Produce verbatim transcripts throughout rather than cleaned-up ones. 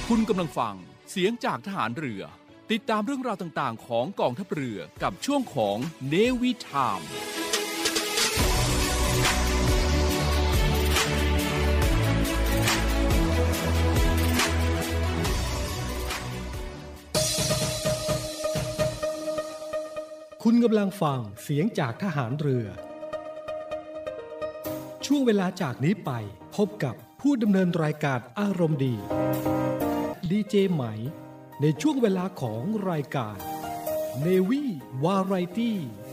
คุณกำลังฟังเสียงจากทหารเรือติดตามเรื่องราวต่างๆของกองทัพเรือกับช่วงของ Navy Time คุณกำลังฟังเสียงจากทหารเรือช่วงเวลาจากนี้ไปพบกับผู้ดำเนินรายการอารมณ์ดีดีเจไหมในช่วงเวลาของรายการ Navy Variety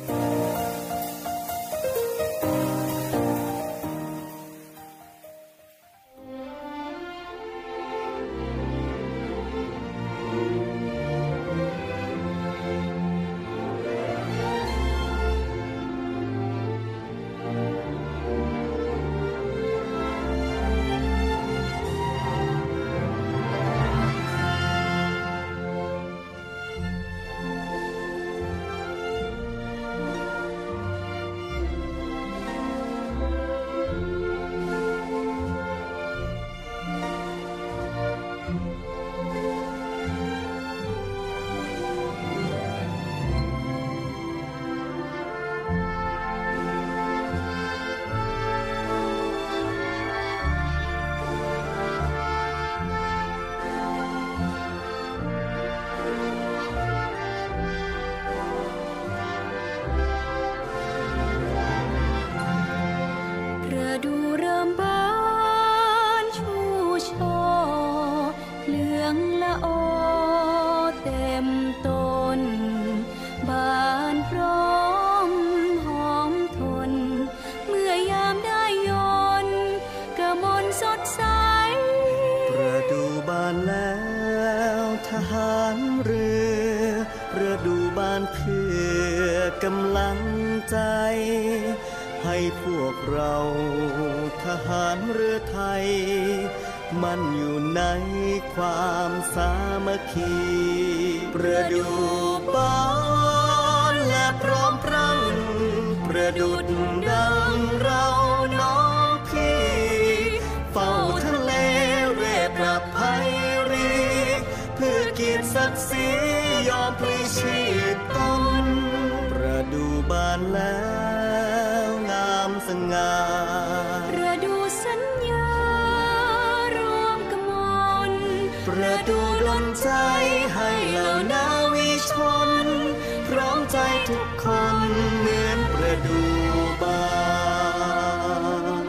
กำลังใจให้พวกเราทหารเรือไทยมันอยู่ในความสามัคคีประดูปานและพร้อมพรั่งประดุจดังเราน้องพี่เฝ้าทะเลเร่ปรับภัยรีเพื่อเกียรติศักดิ์ศรียอมพลีชีพตนประดูบานแล้วงามสง่าประดูสัญญารวมกมลประดูดลใจให้เหล่านาวิชนพร้อมใจทุกคนเหมือนประดูบาน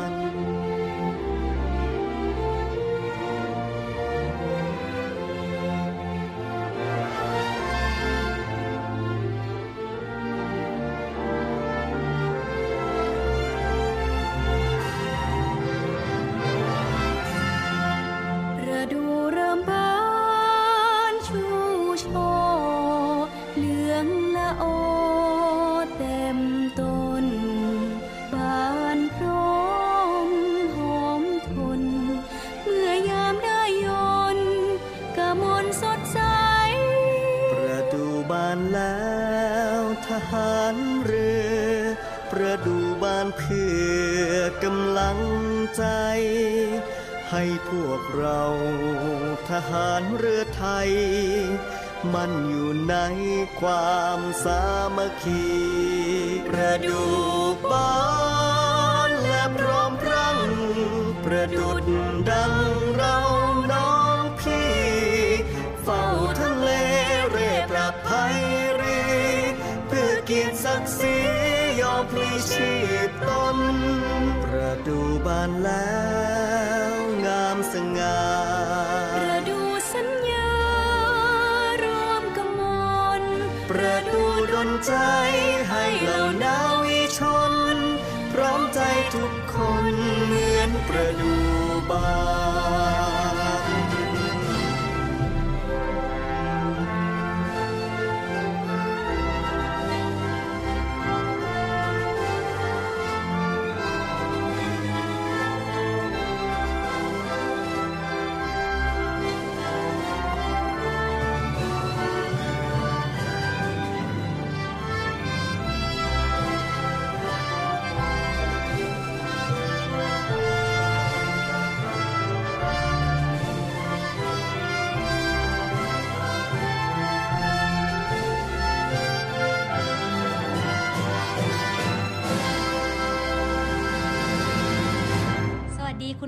แล้วทหารเรือประดูบานเพื่อกำลังใจให้พวกเราทหารเรือไทยมันอยู่ในความสามัคคีประดูบานและพร้อมพรั่งประดุจดังเราน้องพี่เฝ้าทะเลเร่ปรับภัยรีเพื่อเกียรติศักดิ์ศรียอมพลีชีพตนประดูบานแล้วงามสง่าประดูสัญญารวมกมลประดูดลใจให้เหล่านาวิชนพร้อมใจทุกคนเหมือนประดูบาน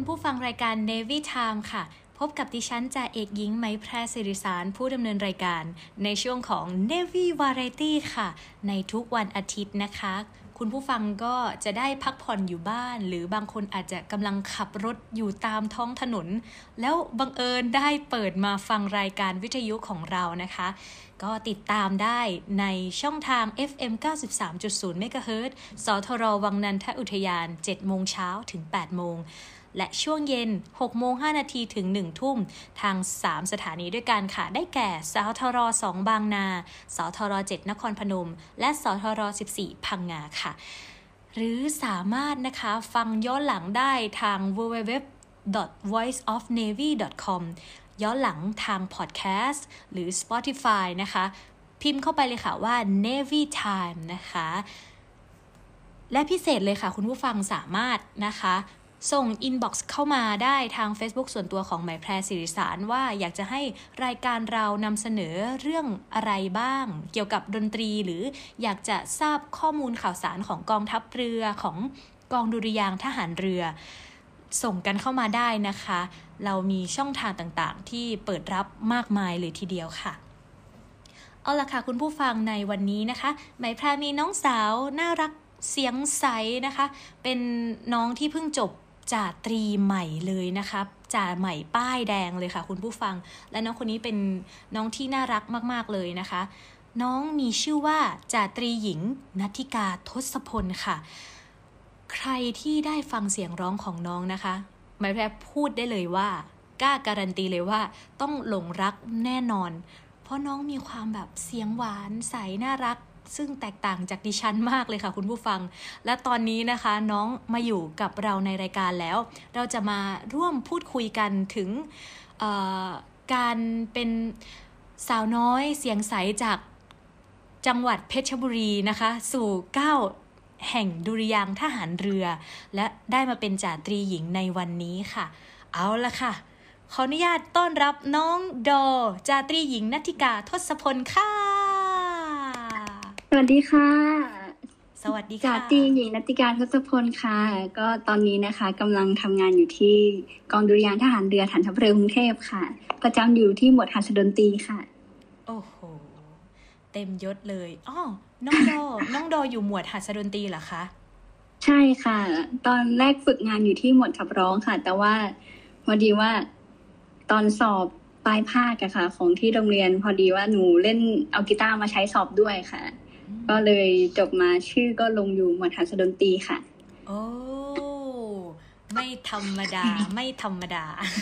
ผู้ฟังรายการ Navy Time ค่ะพบกับดิฉันจ่าเอกหญิงไหมแพรศิริสารผู้ดำเนินรายการในช่วงของ Navy Variety ค่ะในทุกวันอาทิตย์นะคะคุณผู้ฟังก็จะได้พักผ่อนอยู่บ้านหรือบางคนอาจจะกำลังขับรถอยู่ตามท้องถนนแล้วบังเอิญได้เปิดมาฟังรายการวิทยุของเรานะคะก็ติดตามได้ในช่องทาง เอฟ เอ็ม เก้าสิบสามจุดศูนย์ เมกะเฮิรตซ์ สทรวังนันทอุทยาน เจ็ดโมงเช้าถึง แปดโมงและช่วงเย็น หกโมงห้านาทีถึง หนึ่งทุ่มทางสามสถานีด้วยกันค่ะได้แก่สทรสองบางนาสทรเจ็ดนครพนมและสทรสิบสี่พังงาค่ะหรือสามารถนะคะฟังย้อนหลังได้ทาง ดับเบิลยู ดับเบิลยู ดับเบิลยู ดอท วอยซ์ ออฟ เนวี ดอท คอม ย้อนหลังทางพอดแคสต์หรือ Spotify นะคะพิมพ์เข้าไปเลยค่ะว่า Navy Time นะคะและพิเศษเลยค่ะคุณผู้ฟังสามารถนะคะส่ง inbox เข้ามาได้ทาง Facebook ส่วนตัวของไหมแพรศิริสารว่าอยากจะให้รายการเรานำเสนอเรื่องอะไรบ้างเกี่ยวกับดนตรีหรืออยากจะทราบข้อมูลข่าวสารของกองทัพเรือของกองดุริยางค์ทหารเรือส่งกันเข้ามาได้นะคะเรามีช่องทางต่างๆที่เปิดรับมากมายเลยทีเดียวค่ะเอาล่ะค่ะคุณผู้ฟังในวันนี้นะคะไหมแพรมีน้องสาวน่ารักเสียงใสนะคะเป็นน้องที่เพิ่งจบจ่าตรีใหม่เลยนะคะจ่าใหม่ป้ายแดงเลยค่ะคุณผู้ฟังและน้องคนนี้เป็นน้องที่น่ารักมากๆเลยนะคะน้องมีชื่อว่าจ่าตรีหญิงณัฐิกาทศพลค่ะใครที่ได้ฟังเสียงร้องของน้องนะคะหมายแพรพูดได้เลยว่ากล้าการันตีเลยว่าต้องหลงรักแน่นอนเพราะน้องมีความแบบเสียงหวานใสน่ารักซึ่งแตกต่างจากดิฉันมากเลยค่ะคุณผู้ฟังและตอนนี้นะคะน้องมาอยู่กับเราในรายการแล้วเราจะมาร่วมพูดคุยกันถึงการเป็นสาวน้อยเสียงใสจากจังหวัดเพชรบุรีนะคะสู่ก้าวแห่งดุริยางค์ทหารเรือและได้มาเป็นจ่าตรีหญิงในวันนี้ค่ะเอาละค่ะขออนุญาตต้อนรับน้องดอจ่าตรีหญิงณัฐิกาทศพลค่ะสวัสดีค่ะสวัสดีค่ะจ่าตรีหญิงณัฐิกาทศพลค่ะก็ตอนนี้นะคะกำลังทำงานอยู่ที่กองดุริยางค์ทหารเรือฐานทัพเรือกรุงเทพค่ะประจำอยู่ที่หมวดหัตถดนตรีค่ะโอ้โหเต็มยศเลยอ้อน้องดอ น้องดออยู่หมวดหัตถดนตรีเหรอคะใช่ค่ะตอนแรกฝึกงานอยู่ที่หมวดขับร้องค่ะแต่ว่าพอดีว่าตอนสอบปลายภาคอะค่ะของที่โรงเรียนพอดีว่าหนูเล่นเอากีตาร์มาใช้สอบด้วยค่ะก็เลยจบมาชื่อก็ลงอยู่หมวดหัตถดนตรีค่ะโอ้ไม่ธรรมดา ไม่ธรรมดา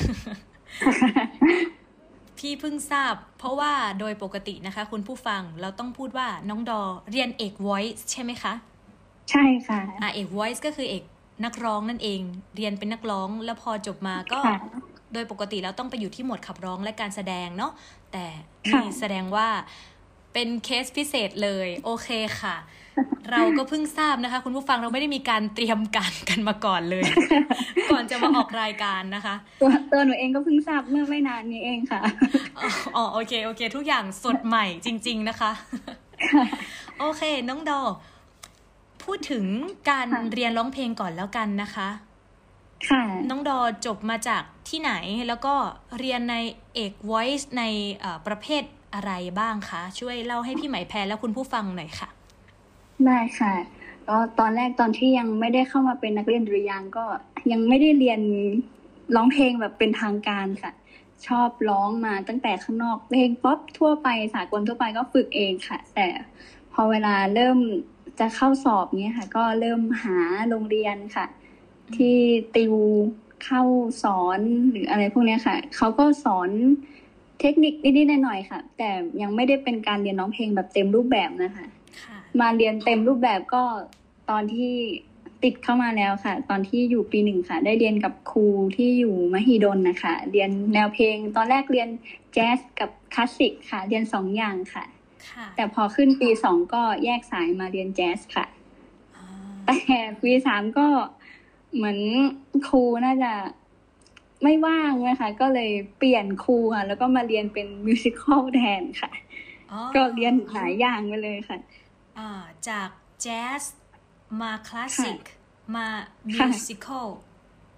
พี่เพิ่งทราบเพราะว่าโดยปกตินะคะคุณผู้ฟังเราต้องพูดว่าน้องดอเรียนเอก voice ใช่ไหมคะใช่ค่ะอ่าเอก voice ก็คือเอกนักร้องนั่นเองเรียนเป็นนักร้องแล้วพอจบมาก็โดยปกติแล้วต้องไปอยู่ที่หมวดขับร้องและการแสดงเนาะแต่นี่แสดงว่าเป็นเคสพิเศษเลยโอเคค่ะเราก็เพิ่งทราบนะคะคุณผู้ฟังเราไม่ได้มีการเตรียมการกันมาก่อนเลย ก่อนจะมาออกรายการนะคะตัวตัวหนูเองก็เพิ่งทราบเมื่อไม่นานนี้เองค่ะอ๋อโอเคโอเคทุกอย่างสดใหม่จริงๆนะคะโอเคน้องดอพูดถึงการเรียนร้องเพลงก่อนแล้วกันนะคะค่ะน้องดอจบมาจากที่ไหนแล้วก็เรียนในเอก voice ในประเภทอะไรบ้างคะช่วยเล่าให้พี่ไหมแพรและคุณผู้ฟังหน่อยค่ะได้ค่ะก็ตอนแรกตอนที่ยังไม่ได้เข้ามาเป็นนักเรียนดุริยางค์ก็ยังไม่ได้เรียนร้องเพลงแบบเป็นทางการค่ะชอบร้องมาตั้งแต่ข้างนอกเพลงป๊อปทั่วไปสากลทั่วไปก็ฝึกเองค่ะแต่พอเวลาเริ่มจะเข้าสอบเนี้ยค่ะก็เริ่มหาโรงเรียนค่ะที่ติวเข้าสอนหรืออะไรพวกนี้ค่ะเขาก็สอนเทคนิคนิดๆหน่อยๆค่ะแต่ยังไม่ได้เป็นการเรียนร้องเพลงแบบเต็มรูปแบบนะคะมาเรียนเต็มรูปแบบก็ตอนที่ติดเข้ามาแล้วค่ะตอนที่อยู่ปีหนึ่งค่ะได้เรียนกับครูที่อยู่มหิดลนะคะเรียนแนวเพลงตอนแรกเรียนแจ๊สกับคลาสสิกค่ะเรียนสองอย่างค่ะแต่พอขึ้นปีสองก็แยกสายมาเรียนแจ๊สค่ะแต่ปีสามก็เหมือนครูน่าจะไม่ว่างนะคะก็เลยเปลี่ยนครูค่ะแล้วก็มาเรียนเป็นมิวสิคอลแทนค่ะก็เรียนหลายอย่างไปเลยค่ะอ่าจากแจ๊สมาคลาสสิกมามิวสิคอล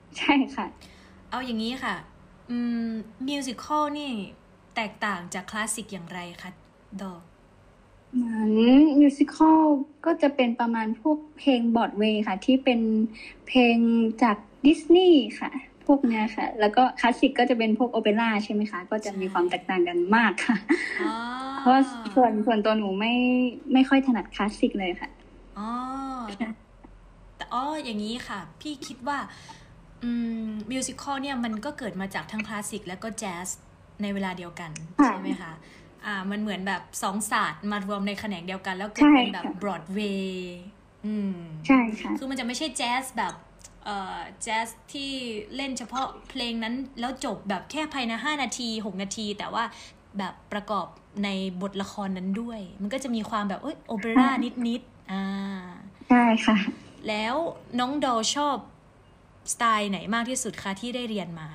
ใช่ค่ะเอาอย่างนี้ค่ะอืมมิวสิคอลนี่แตกต่างจากคลาสสิกอย่างไรคะดอกเหมือนมิวสิคอลก็จะเป็นประมาณพวกเพลงบรอดเวย์ค่ะที่เป็นเพลงจากดิสนีย์ค่ะพวกนี้ค่ะแล้วก็คลาสสิกก็จะเป็นพวกโอเปร่าใช่ไหมคะก็จะมีความแตกต่างกันมากค่ะเพราะส่วนส่วนตัวหนูไม่ไม่ค่อยถนัดคลาสสิกเลยค่ะอ๋อแต่อ๋ออย่างนี้ค่ะพี่คิดว่าอืมมิวสิคอลเนี่ยมันก็เกิดมาจากทั้งคลาสสิกและก็แจ๊สในเวลาเดียวกันใช่ไหมคะอ่ามันเหมือนแบบสองศาสตร์มารวมในแขนงเดียวกันแล้วเกิดเป็นแบบบรอดเวย์อืมใช่ค่ะคือมันจะไม่ใช่แจ๊สแบบเอ่อแจ๊สที่เล่นเฉพาะเพลงนั้นแล้วจบแบบแค่ภายในห้านาทีหกนาทีแต่ว่าแบบประกอบในบทละครนั้นด้วยมันก็จะมีความแบบเอ้ยโอเปร่านิดๆอ่าใช่ค่ะแล้วน้องดอชอบสไตล์ไหนมากที่สุดคะที่ได้เรียนมา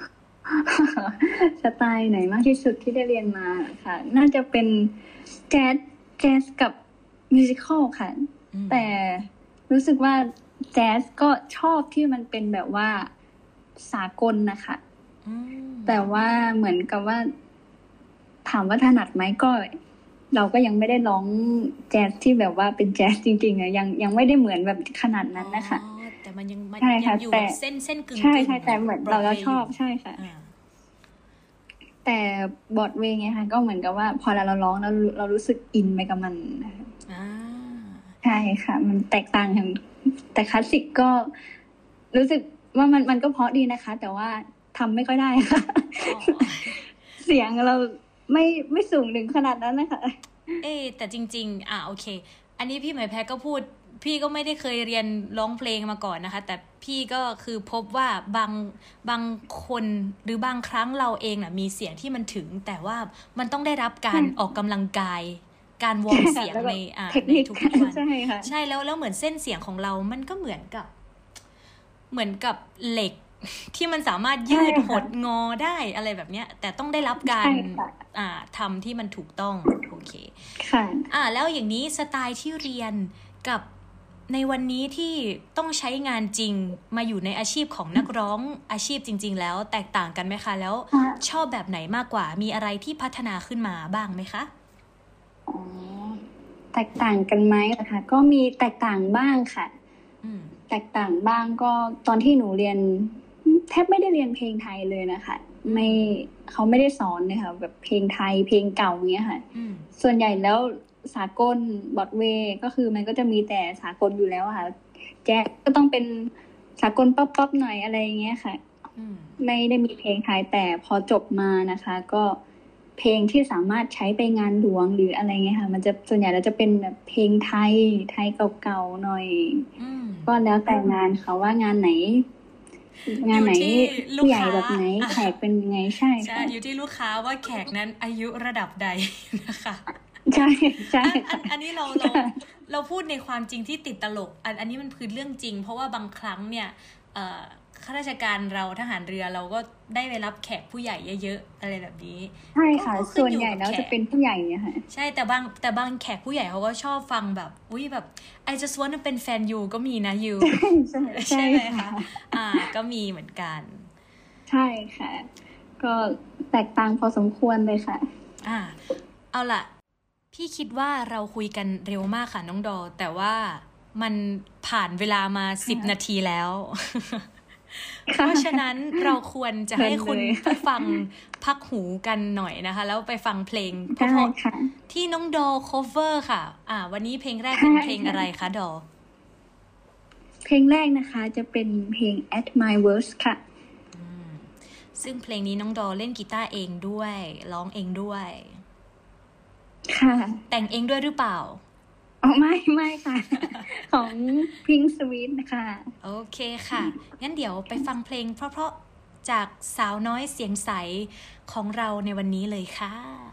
สไตล์ไหนมากที่สุดที่ได้เรียนมาค่ะน่าจะเป็นแจ๊สแจ๊สกับมิวสิคอลค่ะแต่รู้สึกว่าแจ๊สก็ชอบที่มันเป็นแบบว่าสากลนะคะแต่ว่าเหมือนกับว่าถามว่าถนัดไหมก็เราก็ยังไม่ได้ร้องแจ๊สที่แบบว่าเป็นแจ๊สจริงๆอะยังยังไม่ได้เหมือนแบบขนาดนั้นนะคะแต่มันยังมันยังอยู่เส้นเส้นกึ่งๆใช่ใช่แต่เหมือนเราเราชอบใช่ค่ะแต่บอร์ดเวย์ไงคะก็เหมือนกับว่าพอเราเราร้องแล้วเรารู้สึกอินไปกับมันใช่ค่ะมันแตกต่างกันแต่คลาสสิกก็รู้สึกว่ามันมันก็เพราะดีนะคะแต่ว่าทำไม่ค่อยได้ค่ะเสียงเราไม่ไม่สูงถึงขนาดนั้นนะคะเอ๊แต่จริงๆอ่ะโอเคอันนี้พี่หมายแพ้ก็พูดพี่ก็ไม่ได้เคยเรียนร้องเพลงมาก่อนนะคะแต่พี่ก็คือพบว่าบางบางคนหรือบางครั้งเราเองน่ะมีเสียงที่มันถึงแต่ว่ามันต้องได้รับการออกกำลังกายการวอร์มเสียงในอ่าในทุกวันใช่ค่ะใช่แล้วแล้วเหมือนเส้นเสียงของเรามันก็เหมือนกับเหมือนกับเหล็กที่มันสามารถยืดหดงอได้อะไรแบบเนี้ยแต่ต้องได้รับการอ่าทำที่มันถูกต้องโอเคค่ะอ่าแล้วอย่างนี้สไตล์ที่เรียนกับในวันนี้ที่ต้องใช้งานจริงมาอยู่ในอาชีพของนักร้องอาชีพจริงๆแล้วแตกต่างกันไหมคะแล้วชอบแบบไหนมากกว่ามีอะไรที่พัฒนาขึ้นมาบ้างไหมคะอ๋อแตกต่างกันไหมนะคะก็มีแตกต่างบ้างค่ะแตกต่างบ้างก็ตอนที่หนูเรียนแทบไม่ได้เรียนเพลงไทยเลยนะคะไม่เขาไม่ได้สอนเลยค่ะแบบเพลงไทยเพลงเก่าอย่างเงี้ยค่ะส่วนใหญ่แล้วสากลบอร์ดเวย์ก็คือมันก็จะมีแต่สากลอยู่แล้วค่ะแจ๊สก็ต้องเป็นสากลป๊อปๆหน่อยอะไรอย่างเงี้ยค่ะไม่ได้มีเพลงไทยแต่พอจบมานะคะก็เพลงที่สามารถใช้ไปงานหลวงหรืออะไรเงี้ยค่ะมันจะส่วนใหญ่แล้วจะเป็นแบบเพลงไทยไทยเก่าๆหน่อยก็แล้วแต่งานเขาว่างานไหนงานไหนผู้ใหญ่แบบไหนแขกเป็นยังไงใช่ใช่อยู่ที่ลูกค้าว่าแขกนั้นอายุระดับใดนะคะใช่ใช่อันนี้เราเราเราพูดในความจริงที่ติดตลกอันอันนี้มันคือเรื่องจริงเพราะว่าบางครั้งเนี่ยข้าราชการเราทหารเรือเราก็ได้ไปรับแขกผู้ใหญ่เยอะๆอะไรแบบนี้ใช่ค่ะส่วนใหญ่แล้วจะเป็นผู้ใหญ่เนี่ยค่ะใช่แต่บางแต่บางแขกผู้ใหญ่เขาก็ชอบฟังแบบอุ้ยแบบ I just want to เป็นแฟนยูก็มีนะยูใช่ไหมคะอ่าก็มีเหมือนกันใช่ค่ะก็แตกต่างพอสมควรเลยค่ะอ่าเอาล่ะพี่คิดว่าเราคุยกันเร็วมากค่ะน้องดอแต่ว่ามันผ่านเวลามาสิบนาทีแล้วเพราะฉะนั้นเราควรจะให้คุณผู้ฟังพักหูกันหน่อยนะคะแล้วไปฟังเพลงเพราะๆที่น้องดอ cover ค่ะอ่าวันนี้เพลงแรกเป็นเพลงอะไรคะดอเพลงแรกนะคะจะเป็นเพลง At My Worst ค่ะซึ่งเพลงนี้น้องดอเล่นกีตาร์เองด้วยร้องเองด้วยค่ะแต่งเองด้วยหรือเปล่าอ๋อไม่ไม่ค่ะของ Pink Sweet นะคะโอเคค่ะงั้นเดี๋ยวไปฟังเพลงเพราะๆจากสาวน้อยเสียงใสของเราในวันนี้เลยค่ะ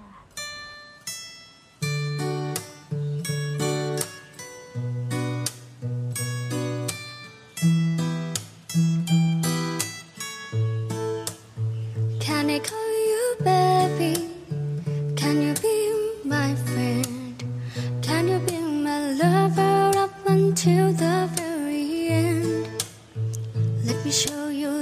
Can I call you baby Can you be my friend Can you be my lover up until the very end Let me show you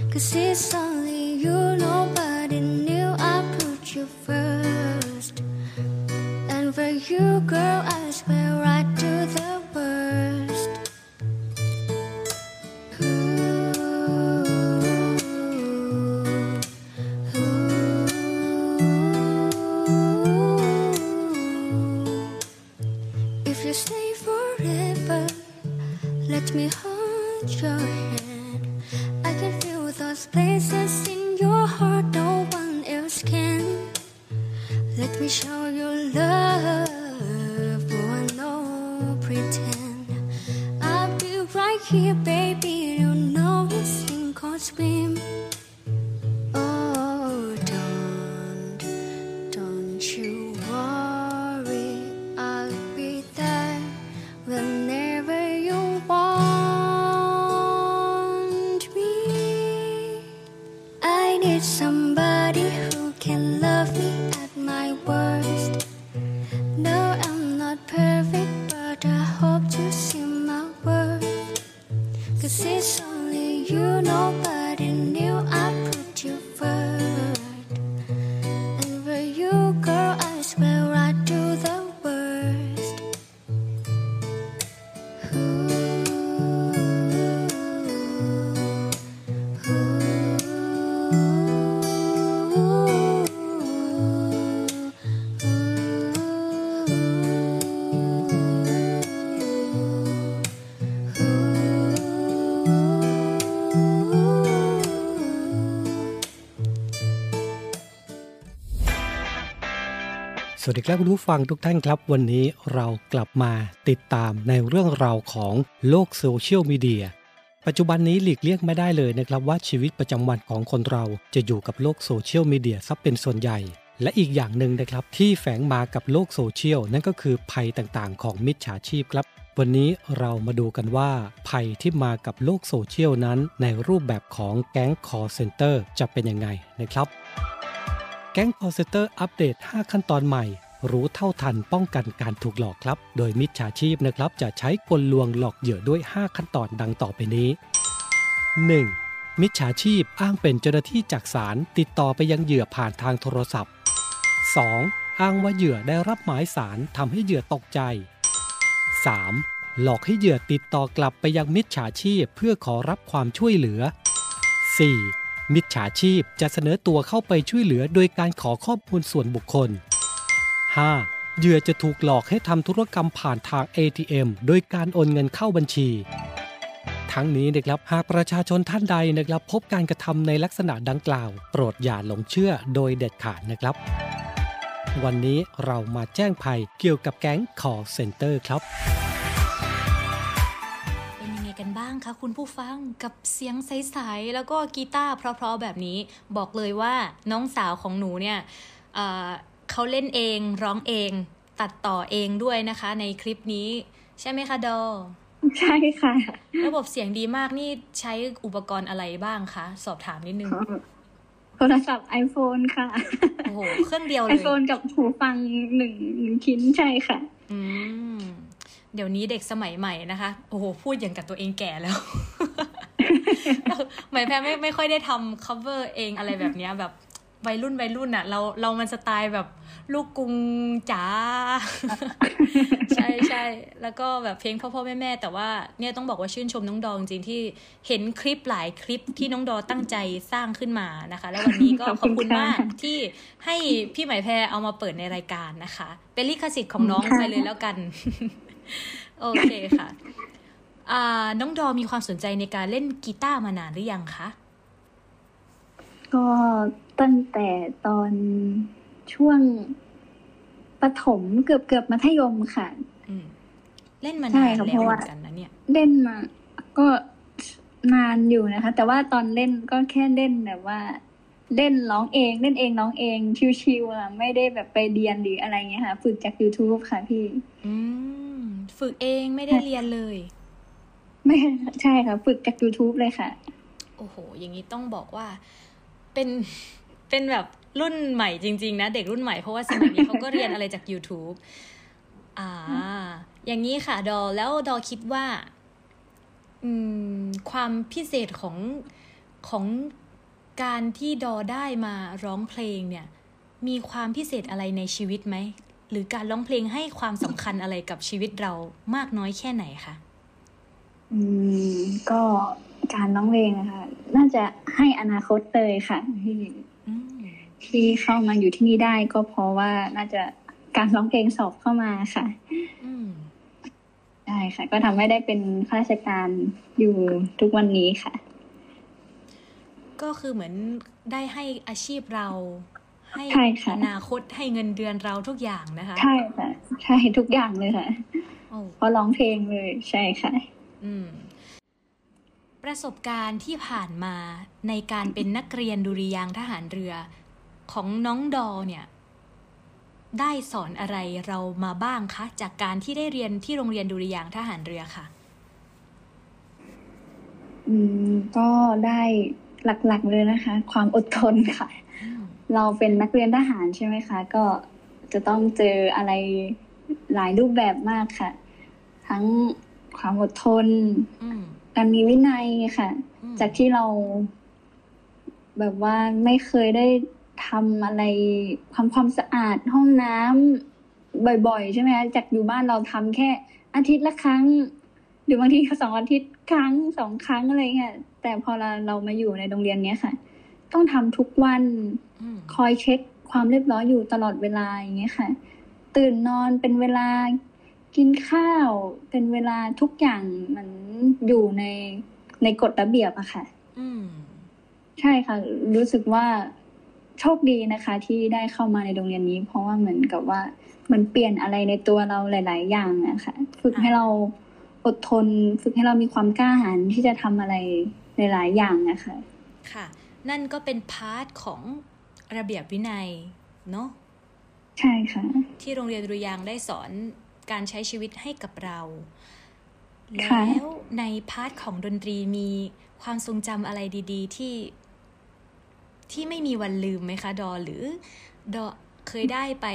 'Cause it's only you, nobody knew I put you first. And for you, girl, I swear I'd do the worst. If you stay forever, let me hold your hand. I can feel those places in your heart no one else can. Let me show you love, oh no pretend. I'll be right here, baby, you know we sink or swim. Oh, don't, don't you worry, I'll be there whenever you want me. I need somebody who can love me at my worst. No, I'm not perfect, but I hope to see my worth. 'Cause it's only you, nobody knew I put you first. And for you, girl, I swear I'd do the worst. สวัสดีครับคุณผู้ฟังทุกท่านครับวันนี้เรากลับมาติดตามในเรื่องราวของโลกโซเชียลมีเดียปัจจุบันนี้หลีกเลี่ยงไม่ได้เลยนะครับว่าชีวิตประจำวันของคนเราจะอยู่กับโลกโซเชียลมีเดียซะเป็นส่วนใหญ่และอีกอย่างหนึ่งนะครับที่แฝงมากับโลกโซเชียลนั่นก็คือภัยต่างๆของมิจฉาชีพครับวันนี้เรามาดูกันว่าภัยที่มากับโลกโซเชียลนั้นในรูปแบบของแก๊ง call center จะเป็นยังไงนะครับแก๊ง call center อัปเดตห้าขั้นตอนใหม่รู้เท่าทันป้องกันการถูกหลอกครับโดยมิจฉาชีพนะครับจะใช้กลลวงหลอกเหยื่อด้วยห้าขั้นตอนดังต่อไปนี้ หนึ่ง. มิจฉาชีพอ้างเป็นเจ้าหน้าที่จากศาลติดต่อไปยังเหยื่อผ่านทางโทรศัพท์ สอง. อ้างว่าเหยื่อได้รับหมายศาลทำให้เหยื่อตกใจ สาม. หลอกให้เหยื่อติดต่อกลับไปยังมิจฉาชีพเพื่อขอรับความช่วยเหลือ สี่. มิจฉาชีพจะเสนอตัวเข้าไปช่วยเหลือโดยการขอข้อมูลส่วนบุคคล ห้า. เหยื่อจะถูกหลอกให้ทำธุรกรรมผ่านทาง เอ ที เอ็ม โดยการโอนเงินเข้าบัญชีทั้งนี้นะครับหากประชาชนท่านใดนะครับพบการกระทำในลักษณะดังกล่าวโปรดอย่าหลงเชื่อโดยเด็ดขาดนะครับวันนี้เรามาแจ้งภัยเกี่ยวกับแก๊ง call center ครับเป็นยังไงกันบ้างคะคุณผู้ฟังกับเสียงใสๆแล้วก็กีตาร์เพราะๆแบบนี้บอกเลยว่าน้องสาวของหนูเนี่ยเอ่อเขาเล่นเองร้องเองตัดต่อเองด้วยนะคะในคลิปนี้ใช่ไหมคะดอใช่ค่ะระบบเสียงดีมากนี่ใช้อุปกรณ์อะไรบ้างคะสอบถามนิดนึงโทรศัพท์ iPhone ค่ะโอ้โหเครื่องเดียวเลย iPhone กับหูฟังหนึ่งหนึ่งชิ้นใช่ค่ะอืมเดี๋ยวนี้เด็กสมัยใหม่นะคะโอ้โหพูดอย่างกับตัวเองแก่แล้วหมายแพ้ไม่ไม่ค่อยได้ทำ cover เองอะไรแบบนี้แบบวัยรุ่นวัยรุ่นอ่ะเราเรามันสไตล์แบบลูกกรุงจ๋า ใช่ใช่แล้วก็แบบเพลงพ่อพ่อแม่แม่แต่ว่าเนี่ยต้องบอกว่าชื่นชมน้องดอจริงๆที่เห็นคลิปหลายคลิปที่น้องดอตั้งใจสร้างขึ้นมานะคะแล้ววันนี้ก็ขอบคุณมากที่ให้พี่หมายแพรเอามาเปิดในรายการนะคะเป็นลิขสิทธิ์ของน้องไปเลยแล้วกัน โอเคค่ะอ่าน้องดอมีความสนใจในการเล่นกีตาร์มานานหรือยังคะก็ตั้งแต่ตอนช่วงประถมเกือบเกือบมัธยมค่ะเล่นมานานแล้วเหมือนกันนะเนี่ยเล่นมาก็นานอยู่นะคะแต่ว่าตอนเล่นก็แค่เล่นแบบว่าเล่นร้องเองเล่นเองร้องเองชิวๆอ่ะไม่ได้แบบไปเรียนหรืออะไรเงี้ยค่ะฝึกจาก YouTube ค่ะพี่อืมฝึกเองไม่ได้เรียนเลยไม่ใช่ค่ะฝึกจาก YouTube เลยค่ะโอ้โหอย่างนี้ต้องบอกว่าเป็นเป็นแบบรุ่นใหม่จริงๆนะเด็กรุ่นใหม่เพราะว่าสมัยนี้เขาก็เรียนอะไรจาก YouTube อ่าอย่างนี้ค่ะดอแล้วดอคิดว่าอืมความพิเศษของของการที่ดอได้มาร้องเพลงเนี่ยมีความพิเศษอะไรในชีวิตไหมหรือการร้องเพลงให้ความสำคัญอะไรกับชีวิตเรามากน้อยแค่ไหนคะอืมก็การร้องเพลงนะคะน่าจะให้อนาคตเลยค่ะที่ที่เข้ามาอยู่ที่นี่ได้ก็เพราะว่าน่าจะการร้องเพลงสอบเข้ามาค่ะได้ค่ะก็ทำให้ได้เป็นข้าราชการอยู่ทุกวันนี้ค่ะก็คือเหมือนได้ให้อาชีพเราให้อนาคตให้เงินเดือนเราทุกอย่างนะคะใช่ค่ะใช่ทุกอย่างเลยค่ะเพราะร้องเพลงเลยใช่ค่ะอืมประสบการณ์ที่ผ่านมาในการเป็นนักเรียนดุริยางค์ทหารเรือของน้องดอเนี่ยได้สอนอะไรเรามาบ้างคะจากการที่ได้เรียนที่โรงเรียนดุริยางค์ทหารเรือค่ะอืมก็ได้หลักๆเลยนะคะความอดทนค่ะเราเป็นนักเรียนทหารใช่ไหมคะก็จะต้องเจออะไรหลายรูปแบบมากค่ะทั้งความอดทนการมีวินัยค่ะจากที่เราแบบว่าไม่เคยได้ทำอะไรความความสะอาดห้องน้ำบ่อยๆใช่ไหมคะจากอยู่บ้านเราทำแค่อาทิตย์ละครั้งหรือบางทีก็สองอาทิตย์ครั้งสองครั้งอะไรเงี้ยแต่พอเราเรามาอยู่ในโรงเรียนเนี้ยค่ะต้องทำทุกวันคอยเช็คความเรียบร้อยอยู่ตลอดเวลาอย่างเงี้ยค่ะตื่นนอนเป็นเวลากินข้าวเป็นเวลาทุกอย่างมันอยู่ในในกฎระเบียบอะค่ะใช่ค่ะรู้สึกว่าโชคดีนะคะที่ได้เข้ามาในโรงเรียนนี้เพราะว่าเหมือนกับว่ามันเปลี่ยนอะไรในตัวเราหลายๆอย่างนะคะฝึกให้เราอดทนฝึกให้เรามีความกล้าหาญที่จะทำอะไรหลายๆอย่างนะคะค่ะนั่นก็เป็นพาร์ทของระเบียบวินัยเนาะใช่ค่ะที่โรงเรียนดุริยางค์ได้สอนการใช้ชีวิตให้กับเราแล้วในพาร์ทของดนตรีมีความทรงจำอะไรดีๆที่ที่ไม่มีวันลืมไหมคะดอหรือดอเคยได้ไป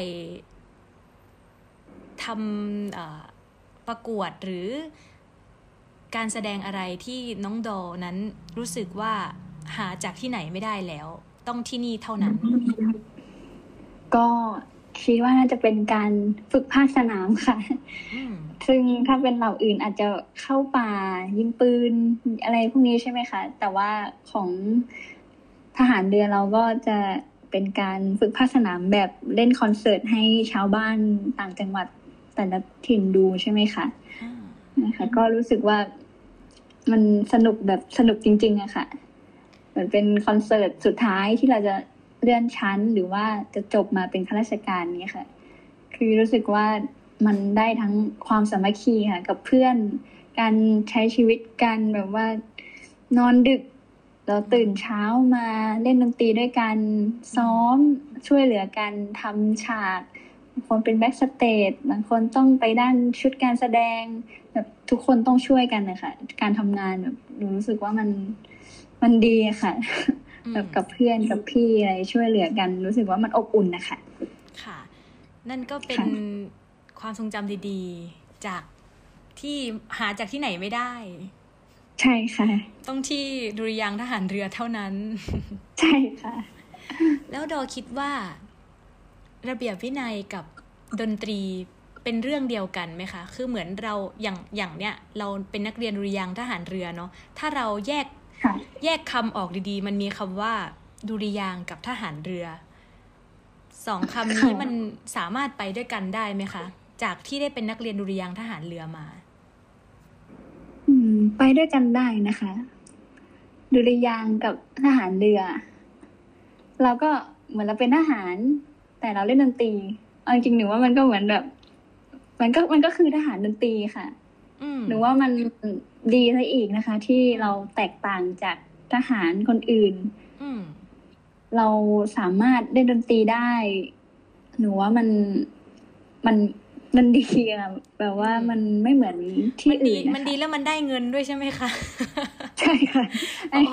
ทำประกวดหรือการแสดงอะไรที่น้องดอนั้นรู้สึกว่าหาจากที่ไหนไม่ได้แล้วต้องที่นี่เท่านั้นก็คิดว่าน่าจะเป็นการฝึกภาคสนามค่ะซึ่งถ้าเป็นเหล่าอื่นอาจจะเข้าป่ายิงปืนอะไรพวกนี้ใช่ไหมคะแต่ว่าของทหารเรือเราก็จะเป็นการฝึกภาคสนามแบบเล่นคอนเสิร์ตให้ชาวบ้านต่างจังหวัดแต่ละถิ่นดูใช่ไหมคะนะคะก็รู้สึกว่ามันสนุกแบบสนุกจริงๆอะค่ะเหมือนเป็นคอนเสิร์ตสุดท้ายที่เราจะเลื่อนชั้นหรือว่าจะจบมาเป็นข้าราชการนี้ค่ะคือรู้สึกว่ามันได้ทั้งความสามัคคีค่ะกับเพื่อนการใช้ชีวิตกันแบบว่านอนดึกเราตื่นเช้ามาเล่นดนตรีด้วยกันซ้อมช่วยเหลือกันทำฉากบางคนเป็นแบ็กสเตจบางคนต้องไปด้านชุดการแสดงแบบทุกคนต้องช่วยกันนะคะการทำงานแบบรู้สึกว่ามันมันดีค่ะแบบกับเพื่อนกับพี่อะไรช่วยเหลือกันรู้สึกว่ามันอบอุ่นนะคะค่ะนั่นก็เป็นความทรงจำดีๆจากที่หาจากที่ไหนไม่ได้ใช่ค่ะต้องที่ดุริยางค์ทหารเรือเท่านั้นใช่ค่ะแล้วดอคิดว่าระเบียบวินัยกับดนตรีเป็นเรื่องเดียวกันไหมคะคือเหมือนเราอย่างอย่างเนี้ยเราเป็นนักเรียนดุริยางค์ทหารเรือเนาะถ้าเราแยกแยกคำออกดีๆมันมีคำว่าดุริยางค์กับทหารเรือสองคำนี้มันสามารถไปด้วยกันได้ไหมคะจากที่ได้เป็นนักเรียนดุริยางค์ทหารเรือมาอืมไปด้วยกันได้นะคะดุริยางค์กับทหารเรือเราก็เหมือนเราเป็นทหารแต่เราเล่นดนตรีเอาจริงๆหนูว่ามันก็เหมือนแบบมันก็มันก็คือทหารดนตรีค่ะหนูว่ามันดีซะอีกนะคะที่เราแตกต่างจากทหารคนอื่นเราสามารถเล่นดนตรีได้หนูว่ามันมันมันดีอะแบบว่ามันไม่เหมือนที่อื่นนะคะมันดีแล้วมันได้เงินด้วยใช่ไหมคะใช่ค่ะ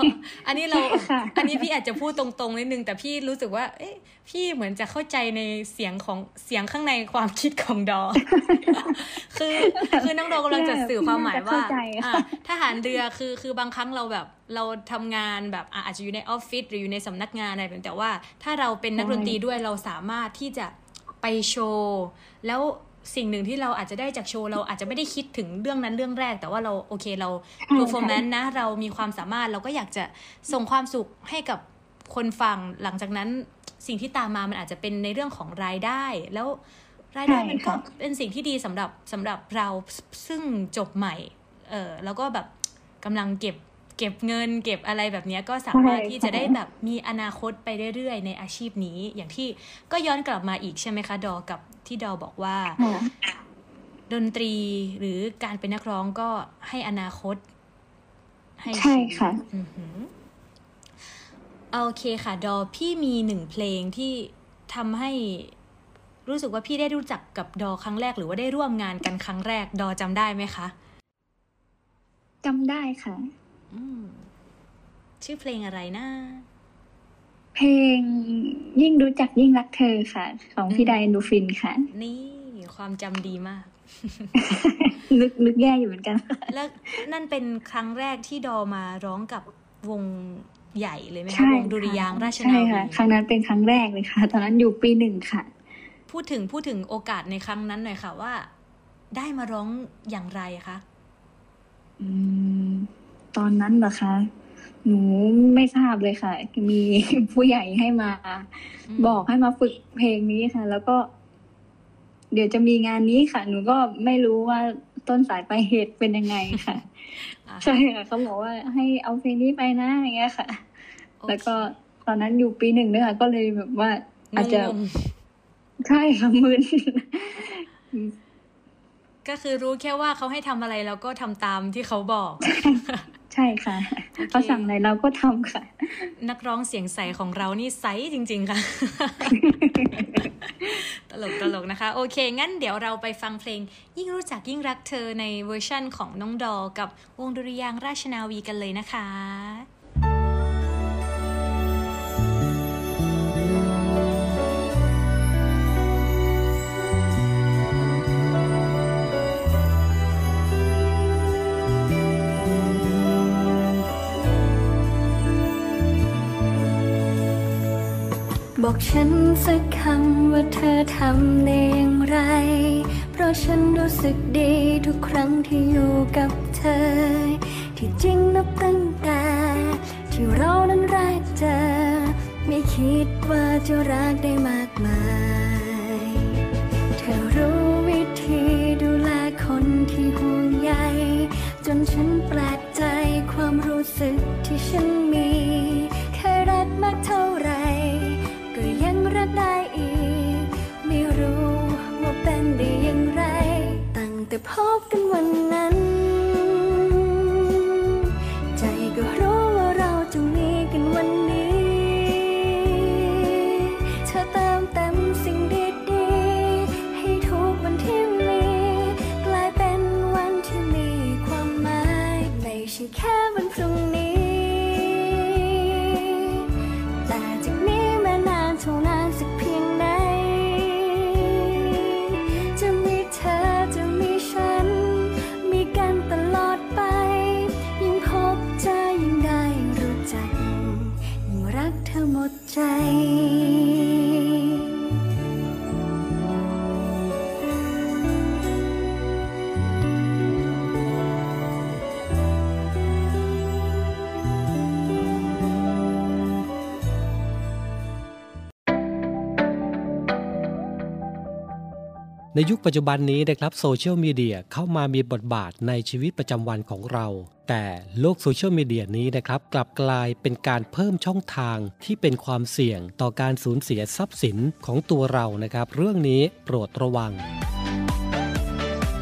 อันนี้เราอันนี้พี่อาจจะพูดตรงๆนิดนึงแต่พี่รู้สึกว่าเอ๊ะพี่เหมือนจะเข้าใจในเสียงของเสียงข้างในความคิดของดอ คือคือน้องดอกำลังจะสื่อความหมายว่าทหารเรือคือคือบางครั้งเราแบบเราทำงานแบบอาจจะอยู่ในออฟฟิศหรืออยู่ในสำนักงานอะไรแต่ว่าถ้าเราเป็นนักดนตรีด้วยเราสามารถที่จะไปโชว์แล้วสิ่งหนึ่งที่เราอาจจะได้จากโชว์เราอาจจะไม่ได้คิดถึงเรื่องนั้นเรื่องแรกแต่ว่าเราโอเคเรา performance นะเรามีความสามารถเราก็อยากจะส่งความสุขให้กับคนฟังหลังจากนั้นสิ่งที่ตามมามันอาจจะเป็นในเรื่องของรายได้แล้วรายได้มันก็เป็นสิ่งที่ดีสำหรับสำหรับเราซึ่งจบใหม่เออแล้วก็แบบกำลังเก็บเก็บเงินเก็บอะไรแบบนี้ก็สามารถที่จะได้แบบมีอนาคตไปเรื่อยๆในอาชีพนี้อย่างที่ก็ย้อนกลับมาอีกใช่ไหมคะดอกับที่ดอบอกว่าดนตรีหรือการเป็นนักร้องก็ให้อนาคตให้ใช่ค่ะโอเคค่ะดอพี่มีหนึ่งเพลงที่ทำให้รู้สึกว่าพี่ได้รู้จักกับดอครั้งแรกหรือว่าได้ร่วมงานกันครั้งแรกดอจำได้ไหมคะจำได้ค่ะชื่อเพลงอะไรนะเพลงยิ่งรู้จักยิ่งรักเธอค่ะของพี่ไดนูฟินค่ะนี่ความจำดีมากนึกนึกแย่อยู่เหมือนกันแล้วนั่นเป็นครั้งแรกที่ดอมาร้องกับวงใหญ่เลยไหมคะวงดุริยางค์ราชนาวีใช่ค่ะครั้งนั้นเป็นครั้งแรกเลยค่ะตอนนั้นอยู่ปีหนึ่งค่ะพูดถึงพูดถึงโอกาสในครั้งนั้นหน่อยค่ะว่าได้มาร้องอย่างไรคะอืมตอนนั้นเหรอคะหนูไม่ทราบเลยค่ะมีผู้ใหญ่ให้มาบอกให้มาฝึกเพลงนี้ค่ะแล้วก็เดี๋ยวจะมีงานนี้ค่ะหนูก็ไม่รู้ว่าต้นสายปลายเหตุเป็นยังไงค่ะใช่ค่ะเขาบอกว่าให้เอาเพลงนี้ไปนะอย่างเงี้ยค่ะแล้วก็ตอนนั้นอยู่ปีหนึ่งด้วยค่ะก็เลยแบบว่าอาจจะใช่ค่ะมึนก็คือรู้แค่ว่าเขาให้ทำอะไรแล้วก็ทำตามที่เขาบอกใช่ค่ะเขาสั่งอะไรเราก็ทำค่ะนักร้องเสียงใสของเรานี่ใสจริงๆค่ะ ตลกตลกนะคะโอเคงั้นเดี๋ยวเราไปฟังเพลงยิ่งรู้จักยิ่งรักเธอในเวอร์ชั่นของน้องดอกับวงดุริยางค์ราชนาวีกันเลยนะคะบอกฉันสักคำว่าเธอทำได้อย่างไรเพราะฉันรู้สึกดีทุกครั้งที่อยู่กับเธอที่จริงนับตั้งแต่ที่เรานั้นแรกเจอไม่คิดว่าจะรักได้มากมายเธอรู้วิธีดูแลคนที่ห่วงใยจนฉันแปลกใจความรู้สึกที่ฉันมีเคยรักมากเท่าไรก็ยังรักได้อีกไม่รู้ว่าเป็นได้อย่างไรตั้งแต่พบกันวันนั้นใจก็รู้ว่าเราจะมีกันวันนี้เธอเติมเต็มสิ่งดีๆให้ทุกวันที่มีกลายเป็นวันที่มีความหมายไม่ใช่แค่วันพรุ่งนี้เท่านานสักเพียงไหนจะมีเธอจะมีฉันมีกันตลอดไปยิ่งพบเจอยิ่งได้รู้จักยิ่งรักเธอหมดใจในยุคปัจจุบันนี้นะครับโซเชียลมีเดียเข้ามามีบทบาทในชีวิตประจำวันของเราแต่โลกโซเชียลมีเดียนี้นะครับกลับกลายเป็นการเพิ่มช่องทางที่เป็นความเสี่ยงต่อการสูญเสียทรัพย์สินของตัวเรานะครับเรื่องนี้โปรดระวัง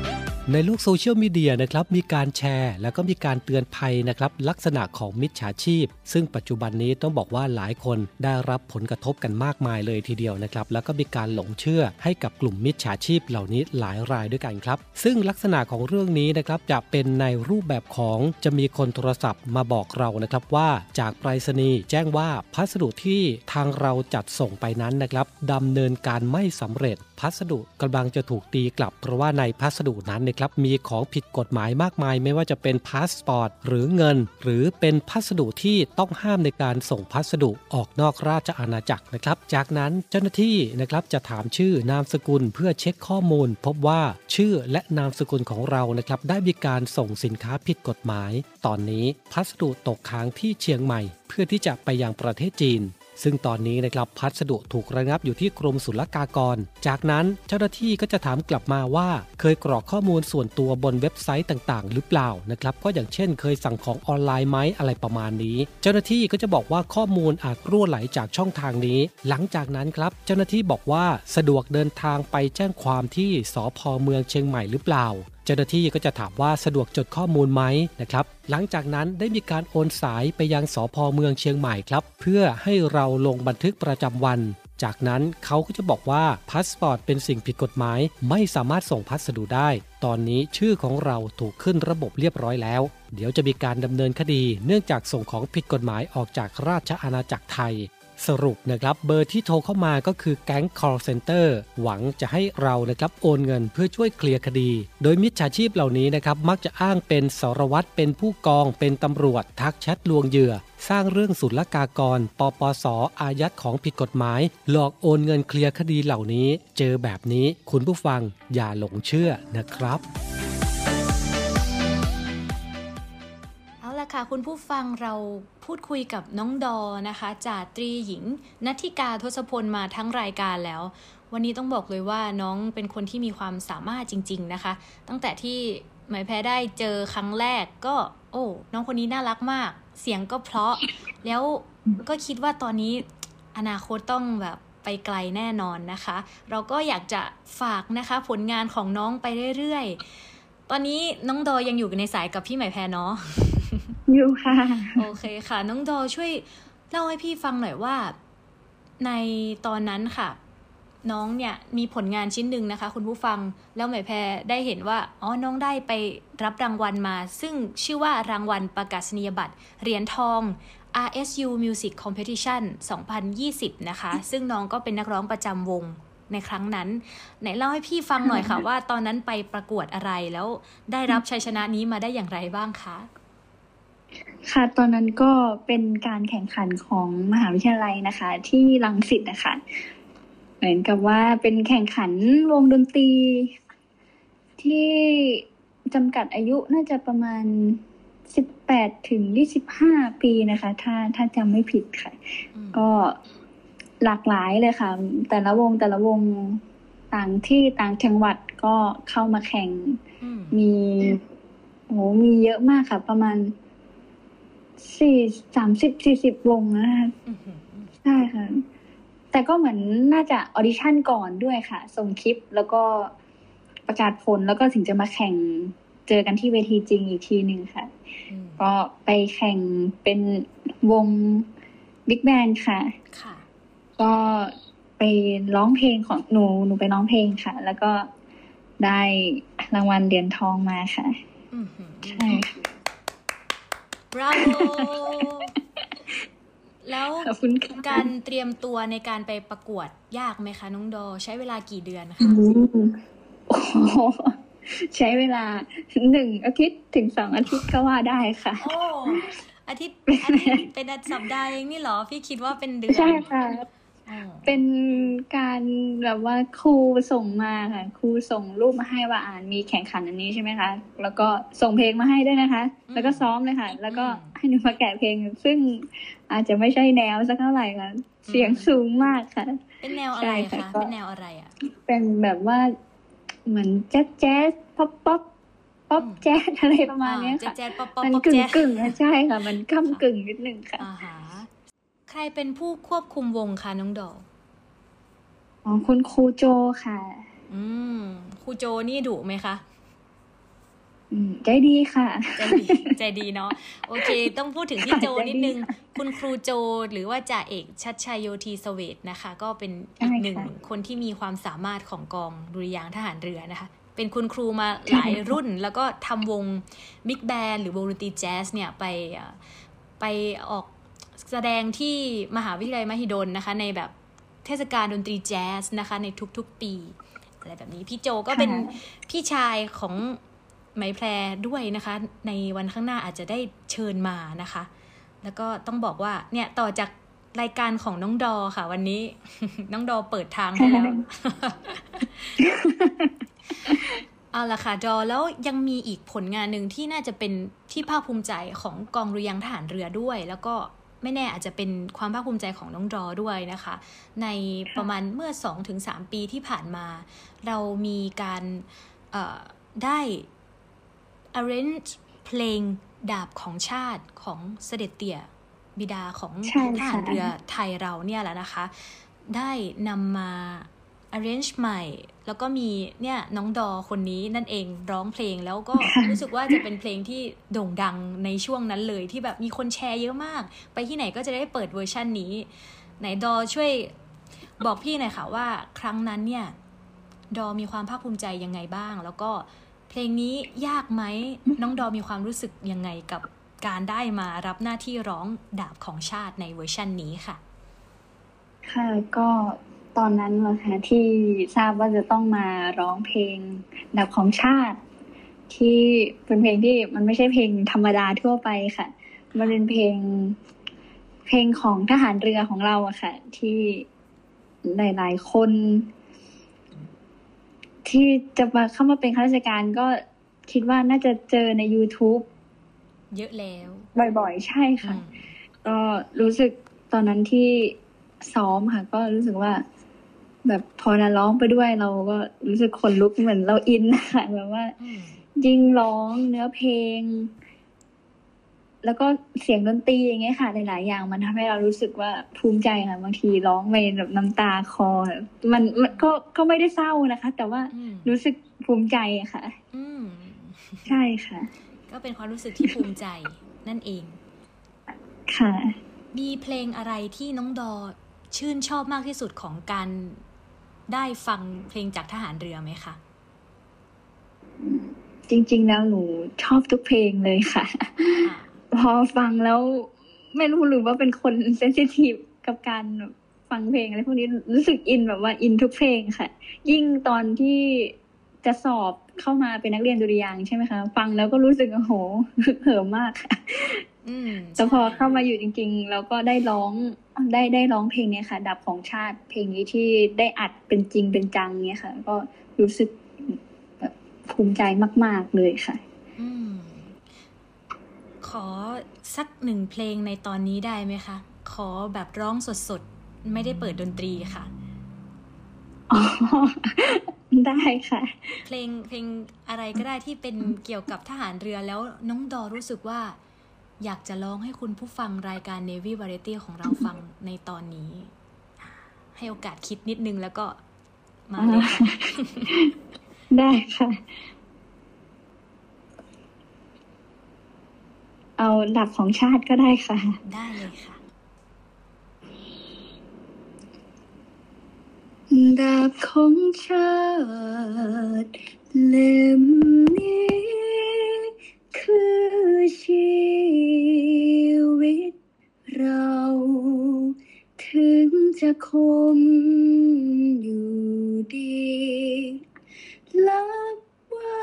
ในโลกโซเชียลมีเดียนะครับมีการแชร์แล้วก็มีการเตือนภัยนะครับลักษณะของมิจฉาชีพซึ่งปัจจุบันนี้ต้องบอกว่าหลายคนได้รับผลกระทบกันมากมายเลยทีเดียวนะครับแล้วก็มีการหลงเชื่อให้กับกลุ่มมิจฉาชีพเหล่านี้หลายรายด้วยกันครับซึ่งลักษณะของเรื่องนี้นะครับจะเป็นในรูปแบบของจะมีคนโทรศัพท์มาบอกเรานะครับว่าจากไปรษณีย์แจ้งว่าพัสดุที่ทางเราจัดส่งไปนั้นนะครับดำเนินการไม่สำเร็จพัสดุกำลังจะถูกตีกลับเพราะว่าในพัสดุนั้นนะครับมีของผิดกฎหมายมากมายไม่ว่าจะเป็นพาสปอร์ตหรือเงินหรือเป็นพัสดุที่ต้องห้ามในการส่งพัสดุออกนอกราชอาณาจักรนะครับจากนั้นเจ้าหน้าที่นะครับจะถามชื่อนามสกุลเพื่อเช็คข้อมูลพบว่าชื่อและนามสกุลของเรานะครับได้มีการส่งสินค้าผิดกฎหมายตอนนี้พัสดุตกค้างที่เชียงใหม่เพื่อที่จะไปยังประเทศจีนซึ่งตอนนี้นะครับพัสดุถูกระงับอยู่ที่กรมศุลกากรจากนั้นเจ้าหน้าที่ก็จะถามกลับมาว่าเคยกรอกข้อมูลส่วนตัวบนเว็บไซต์ต่างๆหรือเปล่านะครับก็อย่างเช่นเคยสั่งของออนไลน์ไหมอะไรประมาณนี้เจ้าหน้าที่ก็จะบอกว่าข้อมูลอาจรั่วไหลจากช่องทางนี้หลังจากนั้นครับเจ้าหน้าที่บอกว่าสะดวกเดินทางไปแจ้งความที่สภ.เมืองเชียงใหม่หรือเปล่าเจ้าหน้าที่ก็จะถามว่าสะดวกจดข้อมูลไหมนะครับหลังจากนั้นได้มีการโอนสายไปยังสภ.เมืองเชียงใหม่ครับเพื่อให้เราลงบันทึกประจำวันจากนั้นเขาก็จะบอกว่าพาสปอร์ตเป็นสิ่งผิดกฎหมายไม่สามารถส่งพัสดุได้ตอนนี้ชื่อของเราถูกขึ้นระบบเรียบร้อยแล้วเดี๋ยวจะมีการดำเนินคดีเนื่องจากส่งของผิดกฎหมายออกจากราชอาณาจักรไทยสรุปนะครับเบอร์ที่โทรเข้ามาก็คือแก๊ง call center หวังจะให้เรานะครับโอนเงินเพื่อช่วยเคลียร์คดีโดยมิจฉาชีพเหล่านี้นะครับมักจะอ้างเป็นสารวัตรเป็นผู้กองเป็นตำรวจทักแชทลวงเหยื่อสร้างเรื่องศุลกากรปปส.อายัดของผิดกฎหมายหลอกโอนเงินเคลียร์คดีเหล่านี้เจอแบบนี้คุณผู้ฟังอย่าหลงเชื่อนะครับค่ะคุณผู้ฟังเราพูดคุยกับน้องดอนะคะจาตรีหญิงณัฐิกาทศพลมาทั้งรายการแล้ววันนี้ต้องบอกเลยว่าน้องเป็นคนที่มีความสามารถจริงๆนะคะตั้งแต่ที่หมายแพ้ได้เจอครั้งแรกก็โอ้น้องคนนี้น่ารักมากเสียงก็เพราะแล้วก็คิดว่าตอนนี้อนาคตต้องแบบไปไกลแน่นอนนะคะเราก็อยากจะฝากนะคะผลงานของน้องไปเรื่อยๆตอนนี้น้องดอยังอยู่ในสายกับพี่หมายแพ้เนาะอยู่ค่ะโอเคค่ะน้องดอช่วยเล่าให้พี่ฟังหน่อยว่าในตอนนั้นค่ะน้องเนี่ยมีผลงานชิ้นหนึ่งนะคะคุณผู้ฟังแล้วหมายแพรได้เห็นว่าอ๋อน้องได้ไปรับรางวัลมาซึ่งชื่อว่ารางวัลประกาศนียบัตรเหรียญทอง อาร์ เอส ยู Music Competition สองพันยี่สิบนะคะซึ่งน้องก็เป็นนักร้องประจำวงในครั้งนั้นไหนเล่าให้พี่ฟังหน่อยค่ะว่าตอนนั้นไปประกวดอะไรแล้วได้รับชัยชนะนี้มาได้อย่างไรบ้างคะค่ะตอนนั้นก็เป็นการแข่งขันของมหาวิทยาลัยนะคะที่รังสิตนะคะเหมือนกับว่าเป็นแข่งขันวงดนตรีที่จำกัดอายุน่าจะประมาณสิบแปดถึงยี่สิบห้าปีนะคะถ้าถ้าจำไม่ผิดค่ะก็หลากหลายเลยค่ะแต่ละวงแต่ละวงต่างที่ต่างจังหวัดก็เข้ามาแข่งมีโหมีเยอะมากค่ะประมาณสี่สามสิบสี่สิบวงนะคะใช่ค่ะแต่ก็เหมือนน่าจะออดิชั่นก่อนด้วยค่ะส่งคลิปแล้วก็ประกาศผลแล้วก็ถึงจะมาแข่งเจอกันที่เวทีจริงอีกทีหนึ่งค่ะก็ไปแข่งเป็นวงบิ๊กแบนด์ค่ะก็ไปร้องเพลงของหนูหนูไปร้องเพลงค่ะแล้วก็ได้รางวัลเหรียญทองมาค่ะใช่ Bravo แล้วการเตรียมตัวในการไปประกวดยากไหมคะน้องดอใช้เวลากี่เดือนคะใช้เวลาหนึ่งอาทิตย์ถึงสองอาทิตย์ก็ว่าได้ค่ะโอ้อาทิตย์อาทิตย์เป็นสัปดาห์เองนี่เหรอพี่คิดว่าเป็นเดือนใช่ค่ะเป็นการแบบว่าครูส่งมาค่ะครูส่งรูปมาให้ว่าอ่านมีแข่งขันอันนี้ใช่ไหมคะแล้วก็ส่งเพลงมาให้ด้วยนะคะแล้วก็ซ้อมเลยค่ะแล้วก็ให้หนูมาแกะเพลงซึ่งอาจจะไม่ใช่แนวสักเท่าไหร่ค่ะเสียงสูงมากค่ะเป็นแนวอะไรคะเป็นแนวอะไรอ่ะเป็นแบบว่าเหมือนแจ๊สแจ๊สป๊อปป๊อปป๊อปแจ๊สอะไรประมาณนี้ค่ะมันกึ่งกึ่งใช่ค่ะมันก้ำกึ่งนิดนึงค่ะใครเป็นผู้ควบคุมวงคะน้องดอกอ๋อคุณครูโจค่ะอืมครูโจนี่ดุไหมคะใจดีค่ะใจดีใจดีเนาะโอเคต้องพูดถึงพี่โจนิดนึงคุณครูโจหรือว่าจ่าเอกชัชชัยโยธีเสวตนะคะก็เป็นอีกหนึ่งคนที่มีความสามารถของกองดุริยางค์ทหารเรือนะคะเป็นคุณครูมาหลายรุ่นแล้วก็ทำวงบิ๊กแบนด์หรือวงดนตรีแจ๊สเนี่ยไปไปออกแสดงที่มหาวิทยาลัยมหิดลนะคะในแบบเทศกาลดนตรีแจ๊สนะคะในทุกๆปีอะไรแบบนี้พี่โจก็เป็นพี่ชายของไหมแพรด้วยนะคะในวันข้างหน้าอาจจะได้เชิญมานะคะแล้วก็ต้องบอกว่าเนี่ยต่อจากรายการของน้องดอค่ะวันนี้ น้องดอเปิดทางให้แล้ว เอาล่ะค่ะดอแล้วยังมีอีกผลงานหนึ่งที่น่าจะเป็นที่ภาคภูมิใจของกองดุริยางค์ทหารเรือด้วยแล้วก็ไม่แน่อาจจะเป็นความภาคภูมิใจของน้องดอด้วยนะคะในประมาณเมื่อ สองถึงสาม ปีที่ผ่านมาเรามีการเอ่อได้ arrange เพลงดาบของชาติของเสด็จเตี่ยบิดาของทหารเรือไทยเราเนี่ยแหละนะคะได้นำมา arrange ใหม่แล้วก็มีเนี่ยน้องดอคนนี้นั่นเองร้องเพลงแล้วก็ รู้สึกว่าจะเป็นเพลงที่โด่งดังในช่วงนั้นเลยที่แบบมีคนแชร์เยอะมากไปที่ไหนก็จะได้เปิดเวอร์ชันนี้ไหนดอช่วยบอกพี่หน่อยค่ะว่าครั้งนั้นเนี่ยดอมีความภาคภูมิใจยังไงบ้างแล้วก็เพลงนี้ยากไหมน้องดอมีความรู้สึกยังไงกับการได้มารับหน้าที่ร้องดาบของชาติในเวอร์ชันนี้ค่ะค่ะก็ตอนนั้นนะคะที่ทราบว่าจะต้องมาร้องเพลงดาบของชาติที่เป็นเพลงที่มันไม่ใช่เพลงธรรมดาทั่วไปค่ะมันเป็นเพลงเพลงของทหารเรือของเราอะค่ะที่หลายๆคนที่จะมาเข้ามาเป็นข้าราชการก็คิดว่าน่าจะเจอใน YouTube เยอะแล้วบ่อยๆใช่ค่ะก็รู้สึกตอนนั้นที่ซ้อมค่ะก็รู้สึกว่าแบบพอเราร้องไปด้วยเราก็รู้สึกขนลุกเหมือนเราอินค่ะแบบว่ายิ่งร้องเนื้อเพลงแล้วก็เสียงดนตรีอย่างเงี้ยค่ะหลายๆอย่างมันทำให้เรารู้สึกว่าภูมิใจค่ะบางทีร้องไปแบบน้ำตาคลอมันมันก็ก็ไม่ได้เศร้านะคะแต่ว่ารู้สึกภูมิใจค่ะใช่ค่ะก็เป็นความรู้สึกที่ภูมิใจนั่นเองค่ะมีเพลงอะไรที่น้องดอชื่นชอบมากที่สุดของการได้ฟังเพลงจากทหารเรือไหมคะจริงๆแล้วหนูชอบทุกเพลงเลยค่ะพอฟังแล้วไม่รู้หรือว่าเป็นคนเซนซิทีฟกับการฟังเพลงอะไรพวกนี้รู้สึกอินแบบว่าอินทุกเพลงค่ะยิ่งตอนที่จะสอบเข้ามาเป็นนักเรียนดุริยางค์ใช่ไหมคะฟังแล้วก็รู้สึกโอ้โหเหิมมากค่ะแต่พอเข้ามาอยู่จริงๆแล้วก็ได้ร้องได้ได้ร้องเพลงนี้ค่ะดับของชาติเพลงนี้ที่ได้อัดเป็นจริงเป็นจังเนี้ยค่ะก็รู้สึกแบบภูมิใจมากๆเลยค่ะขอสักหนึ่งเพลงในตอนนี้ได้ไหมคะขอแบบร้องสดๆไม่ได้เปิดดนตรีค่ะอ๋อได้ค่ะเพลงเพลงอะไรก็ได้ที่เป็นเกี่ยวกับทหารเรือแล้วน้องดอรู้สึกว่าอยากจะร้องให้คุณผู้ฟังรายการ Navy Variety ของเราฟังในตอนนี้ให้โอกาสคิดนิดนึงแล้วก็มาเลยค่ะได้ค่ะเอาดาบของชาติก็ได้ค่ะได้เลยค่ะดาบของชาติเล่มนี้คือชีวิตเราถึงจะคมอยู่ดีลับไว้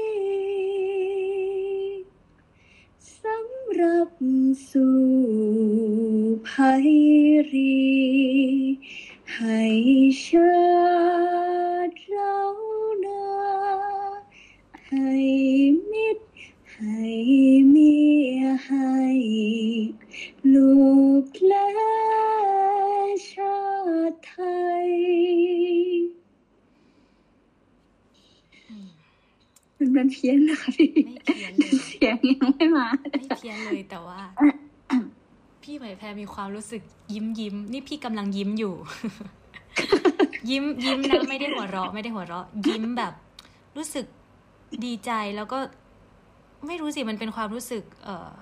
สำหรับสู่ภัยรีให้ชาติเรานาให้มิตรให้เมียให้ลูกและชาติไทยมันเพี้ยนนะคะพี่ไม่เพี้ยนเลยเสียงยังไม่มาไม่เพี้ยนเลยแต่ว่าพี่ไหมแพรมีความรู้สึกยิ้มยิ้มนี่พี่กำลังยิ้มอยู่ ยิ้มยิ้มนะไม่ได้หัวเราะไม่ได้หัวเราะยิ้มแบบรู้สึกดีใจแล้วก็ไม่รู้สิมันเป็นความรู้สึกเออ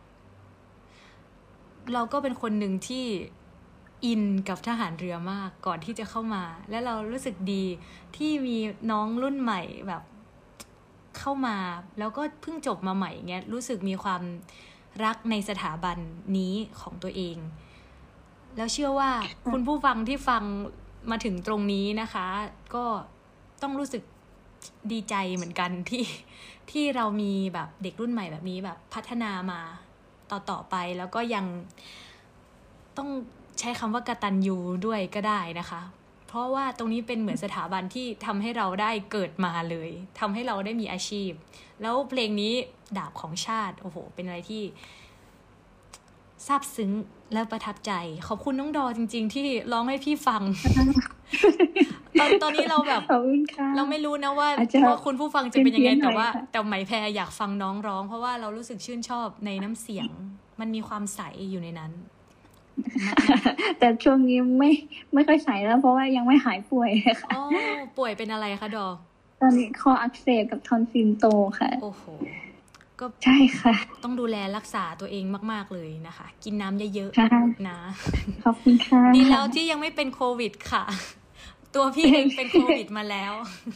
เราก็เป็นคนหนึ่งที่อินกับทหารเรือมากก่อนที่จะเข้ามาและเรารู้สึกดีที่มีน้องรุ่นใหม่แบบเข้ามาแล้วก็เพิ่งจบมาใหม่เงี้ยรู้สึกมีความรักในสถาบันนี้ของตัวเองแล้วเชื่อว่าคุณผู้ฟังที่ฟังมาถึงตรงนี้นะคะก็ต้องรู้สึกดีใจเหมือนกันที่ที่เรามีแบบเด็กรุ่นใหม่แบบนี้แบบพัฒนามาต่อๆไปแล้วก็ยังต้องใช้คำว่ากตัญญูด้วยก็ได้นะคะเพราะว่าตรงนี้เป็นเหมือนสถาบันที่ทำให้เราได้เกิดมาเลยทำให้เราได้มีอาชีพแล้วเพลงนี้ดาบของชาติโอ้โหเป็นอะไรที่ซาบซึ้งและประทับใจขอบคุณน้องดอจริงๆที่ร้องให้พี่ฟัง ตอนตอนนี้เราแบบเราไม่รู้นะว่าว่าคุณผู้ฟังจะเป็นยังไงแต่ว่าแต่ไหมแพรอยากฟังน้องร้องเพราะว่าเรารู้สึกชื่นชอบในน้ำเสียงมันมีความใสอยู่ในนั้นแต่ช่วงนี้ไม่ไม่ค่อยใสแล้วเพราะว่ายังไม่หายป่วยค่ะอ๋อป่วยเป็นอะไรคะดอตอนนี้คออักเสบกับทอนซิลโตค่ะโอ้โหก็ใช่ค่ะต้องดูแลรักษาตัวเองมากๆเลยนะคะกินน้ำเยอะๆนะขอบคุณค่ะดีแล้วที่ยังไม่เป็นโควิดค่ะตัวพี่เองเป็นโควิดมาแล้ว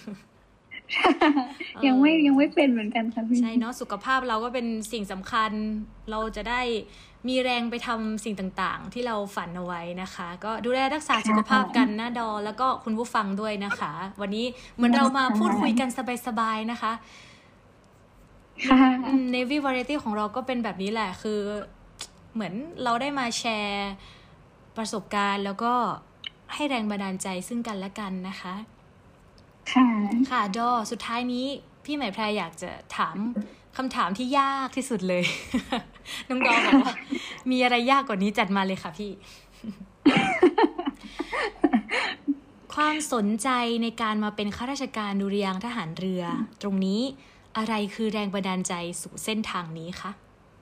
ยังไม่ยังไม่เป็นเหมือนกันค่ะพี่ใช่เนาะสุขภาพเราก็เป็นสิ่งสำคัญเราจะได้มีแรงไปทำสิ่งต่างๆที่เราฝันเอาไว้นะคะก็ดูแลรักษาสุขภาพกันนะดอแล้วก็คุณผู้ฟังด้วยนะคะวันนี้เหมือนเรามาพูดคุยกันสบายๆนะคะNavy Variety ของเราก็เป็นแบบนี้แหละคือเหมือนเราได้มาแชร์ประสบการณ์แล้วก็ให้แรงบันดาลใจซึ่งกันและกันนะคะค่ะค่ะดอสุดท้ายนี้พี่ไหมแพรอยากจะถามคำถามที่ยากที่สุดเลย น้องดอบอกว่ามีอะไรยากกว่านี้จัดมาเลยค่ะพี่ ความสนใจในการมาเป็นข้าราชการดุริยางค์ทหารเรือตรงนี้อะไรคือแรงบันดาลใจสู่เส้นทางนี้คะ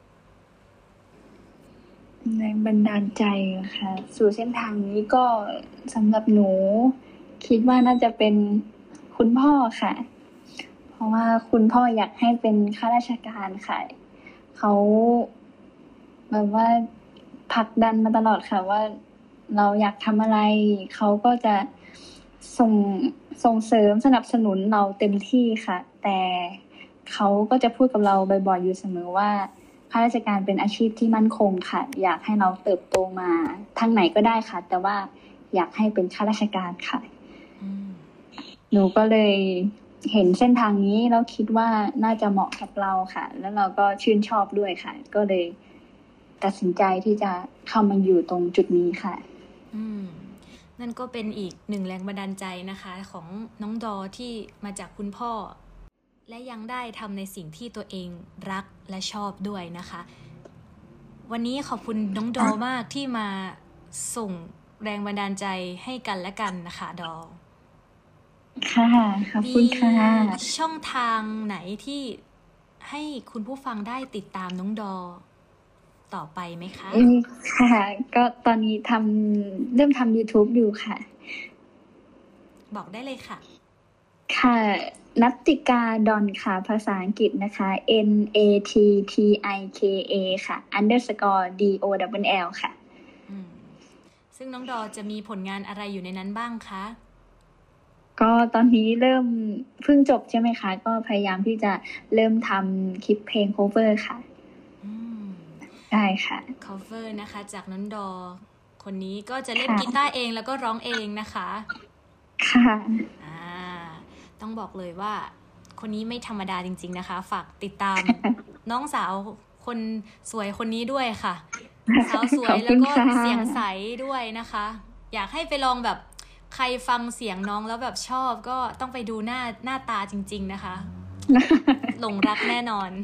แรงบันดาลใจค่ะสู่เส้นทางนี้ก็สำหรับหนูคิดว่าน่าจะเป็นคุณพ่อค่ะเพราะว่าคุณพ่ออยากให้เป็นข้าราชการค่ะเขาแบบว่าผลักดันมาตลอดค่ะว่าเราอยากทำอะไรเขาก็จะส่งส่งเสริมสนับสนุนเราเต็มที่ค่ะแต่เขาก็จะพูดกับเราบ่อยๆอยู่เสมอว่าข้าราชการเป็นอาชีพที่มั่นคงค่ะอยากให้เราเติบโตมาทางไหนก็ได้ค่ะแต่ว่าอยากให้เป็นข้าราชการค่ะหนูก็เลยเห็นเส้นทางนี้แล้วคิดว่าน่าจะเหมาะกับเราค่ะแล้วเราก็ชื่นชอบด้วยค่ะก็เลยตัดสินใจที่จะเข้ามาอยู่ตรงจุดนี้ค่ะอืมนั่นก็เป็นอีกหนึ่งแรงบันดาลใจนะคะของน้องดอที่มาจากคุณพ่อและยังได้ทำในสิ่งที่ตัวเองรักและชอบด้วยนะคะวันนี้ขอบคุณน้องดอมากที่มาส่งแรงบันดาลใจให้กันและกันนะคะดอค่ะขอบคุณค่ะช่องทางไหนที่ให้คุณผู้ฟังได้ติดตามน้องดอต่อไปไหมคะค่ะก็ตอนนี้ทำเริ่มทำ YouTube อยู่ค่ะบอกได้เลยค่ะค่ะนัตติกาดอนค่ะภาษาอังกฤษนะคะ N A T T I K A ค่ะ underscore D O W L ค่ะซึ่งน้องดอจะมีผลงานอะไรอยู่ในนั้นบ้างคะก็ตอนนี้เริ่มเพิ่งจบใช่ไหมคะก็พยายามที่จะเริ่มทำคลิปเพลง cover ค่ะใช่ค่ะ cover นะคะจากน้องดอคนนี้ก็จะเล่นกีตาร์เองแล้วก็ร้องเองนะคะค่ะอ่าต้องบอกเลยว่าคนนี้ไม่ธรรมดาจริงๆนะคะฝากติดตามน้องสาวคนสวยคนนี้ด้วยค่ะสาวสวยแล้วก็เสียงใสด้วยนะคะอยากให้ไปลองแบบใครฟังเสียงน้องแล้วแบบชอบก็ต้องไปดูหน้าหน้าตาจริงๆนะคะหลงรักแน่นอน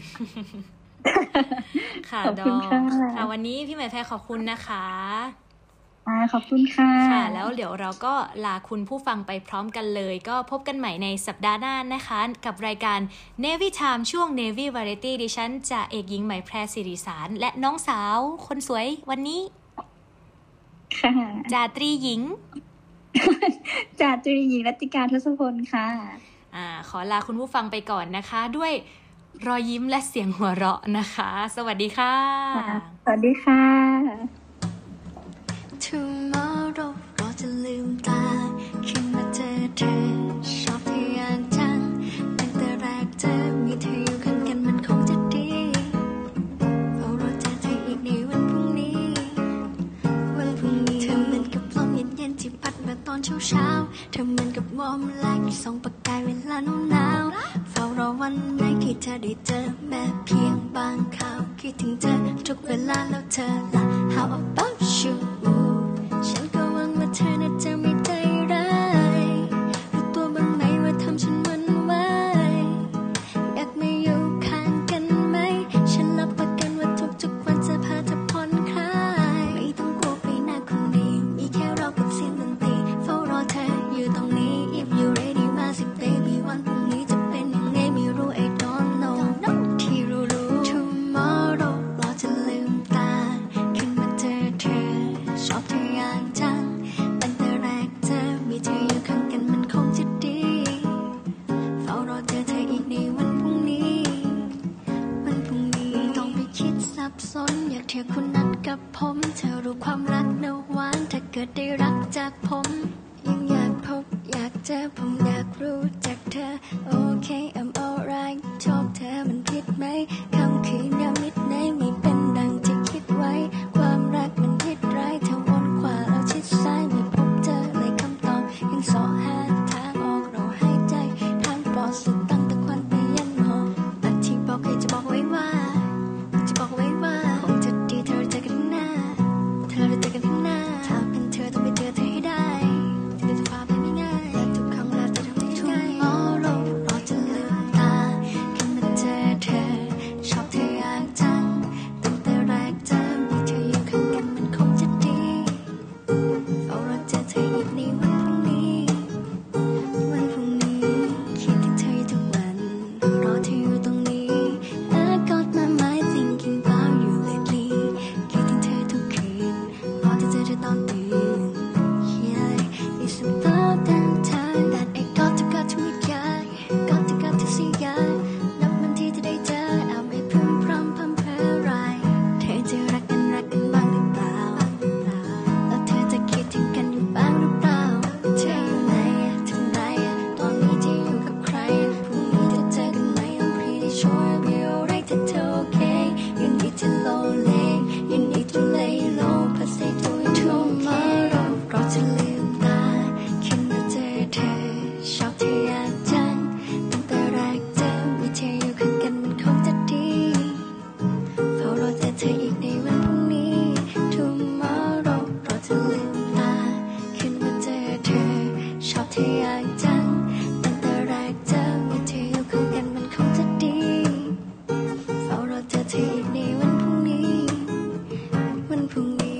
ค่ะดอค่ะวันนี้พี่ใหม่แพรขอบคุณนะคะอ่าขอบคุณค่ะค่ะแล้วเดี๋ยวเราก็ลาคุณผู้ฟังไปพร้อมกันเลยก็พบกันใหม่ในสัปดาห์หน้านะคะกับรายการ Navy Time ช่วง Navy Variety ดิฉันจ่าเอกหญิงไหมแพรสิริสารและน้องสาวคนสวยวันนี้ค่ะจ่าตรีหญิงจ่าตรีหญิงรัตติการทศพลค่ะอ่าขอลาคุณผู้ฟังไปก่อนนะคะด้วยรอยยิ้มและเสียงหัวเราะนะคะสวัสดีค่ะสวัสดีค่ะ Tomorrow เราจะลืมตาขึ้นมาเจอเธอชอบเธออย่างจังตั้งแต่แรกเจอมีเธออยู่ข้างกันมันคงจะดีเฝ้ารอเจอเธออีกในวันพรุ่งนี้วันพรุ่งนี้เธอเหมือนกับลมเย็นๆที่พัดมาตอนเช้าๆเธอเหมือนกับวอร์มไลท์ส่องประกายเวลาหนาวๆเฝ้ารอวันไหนที่เธอได้เจอแม้เพียงบางข่าวคิดถึงเธอทุกเวลาแล้วเธอล่ะ How about you ฉันก็หวังว่าเธอน่าจะไม่ใจร้ายรู้ตัวบ้างไหมว่าทำฉันหวั่นไหวอยากมาอยู่ข้างกันไหมฉันรับประกันว่าทุกๆวันจะพาเธอผ่อนคลายไม่ต้องกลัวไปหน้าคนนี้มีแค่เรากับเสียงดนตรีเฝ้ารอเธออยู่ตรงนี้ If you ready มาสิ baby วันพรุ่งนี้จะเป็นยังไงไม่รู้ I don't know ที่รู้ๆ Tomorrow เราจะลืมตาขึ้นมาเจอเธอชอบเธออย่างจังตั้งแต่แรกเจอมีเธออยู่ข้างกันมันคงจะดีเฝ้ารอเจอเธออีกในวันพรุ่งนี้วันพรุ่งนี้ต้องไปคิดสับสนอยากเธอคุณนัดกับผมเธอรู้ความรักน่าหวานถ้าเกิดได้รักจากผมยังอยากพบอยากเจอผมอยากรู้จักเธอโอเค I'm alright ชอบเธอมันผิดไหมคำคืนยามมิดไหนไม่เป็นดังที่คิดไว้ความรักมันผิดร้ายเธอวนขวาเราชิดซ้ายไม่พบเจอเลยคำตอบยังสอหาทางออกเราหายใจทางปลอดสุดตั้งแต่ควันไปยันหอแต่ที่บอกให้จะบอกไว้ว่าจะบอกไว้ว่าคงจะดีเธอเจอกันหน้าเธอเจอกันที่หน้าถ้าเป็นเธอต้องไปเจอเธอให้ได้จะได้จะพาไปไม่ง่ายและทุกครั้งเราจะทำให้ง่าย Tomorrow เราจะลืมตาขึ้นมาเจอเธอชอบเธออย่างจังตั้งแต่แรกเจอมีเธออยู่ข้างกันมันคงจะดีเฝ้ารอเจอเธออีกในวันพรุ่งนี้วันพรุ่งนี้คิดถึงเธอทุกวันรอเธออยู่ตรงนี้ I got my mind thinking about you lately คิดถึงเธอทุกคืนรอจะเจอเธอตอนตื่น Yeah it's about that time that I got to got to meet ya got to got to see ya นับวันที่จะได้เจอเอาไม่พรึ้มพร้ำพัมเพอไรเธอจะรักกันรักกันบ้างหรือเปล่าแล้วเธอจะคิดถึงกันอยู่บ้างหรือเปล่าเธออยู่ไหนถึงไหนตอนนี้จะอยู่กับใครพรุ่งนี้จะเจอกันไหม I'm pretty sure I'll be alright ถ้าเธอโอเค You need to lonely You need to lay low เพราะ say to you tomorrow เราจะลืมตาขึ้นมาเจอเธอชอบเธออย่างจังตั้งแต่แรกเจอมีเธออยู่ข้างกันมันคงจะดีเฝ้ารอเจอเธออีกในวันพรุ่งนี้ Tomorrow เราจะลืมตาขึ้นมาเจอเธอชอบเธออย่างจังตั้งแต่แรกเจอมีเธออยู่ข้างกันมันคงจะดีเฝ้ารอเจอเธออีกในวันพรุ่งนี้วันพรุ่งนี้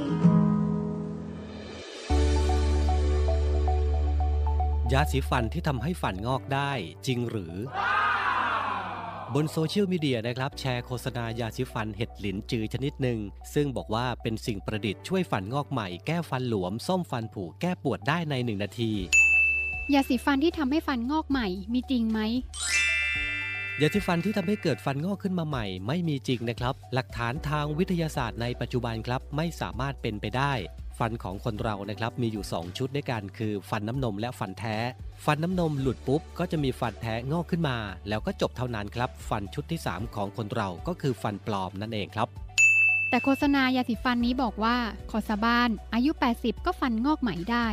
ยาสีฟันที่ทำให้ฟันงอกได้จริงหรือ บนโซเชียลมีเดียนะครับแชร์โฆษณายาสีฟันเห็ดหลินจือชนิดหนึ่งซึ่งบอกว่าเป็นสิ่งประดิษฐ์ช่วยฟันงอกใหม่แก้ฟันหลวมซ่อมฟันผุแก้ปวดได้ในหนึ่งนาทียาสีฟันที่ทำให้ฟันงอกใหม่มีจริงไหมยาสีฟันที่ทำให้เกิดฟันงอกขึ้นมาใหม่ไม่มีจริงนะครับหลักฐานทางวิทยาศาสตร์ในปัจจุบันครับไม่สามารถเป็นไปได้ฟันของคนเรานะครับมีอยู่สองชุดด้วยกันคือฟันน้ำนมและฟันแท้ฟันน้ำนมหลุดปุ๊บก็จะมีฟันแท้งอกขึ้นมาแล้วก็จบเท่านั้นครับฟันชุดที่สามของคนเราก็คือฟันปลอมนั่นเองครับแต่โฆษณายาสีฟันนี้บอกว่าขอสาบานอายุแปดสิบก็ฟันงอกใหม่ได้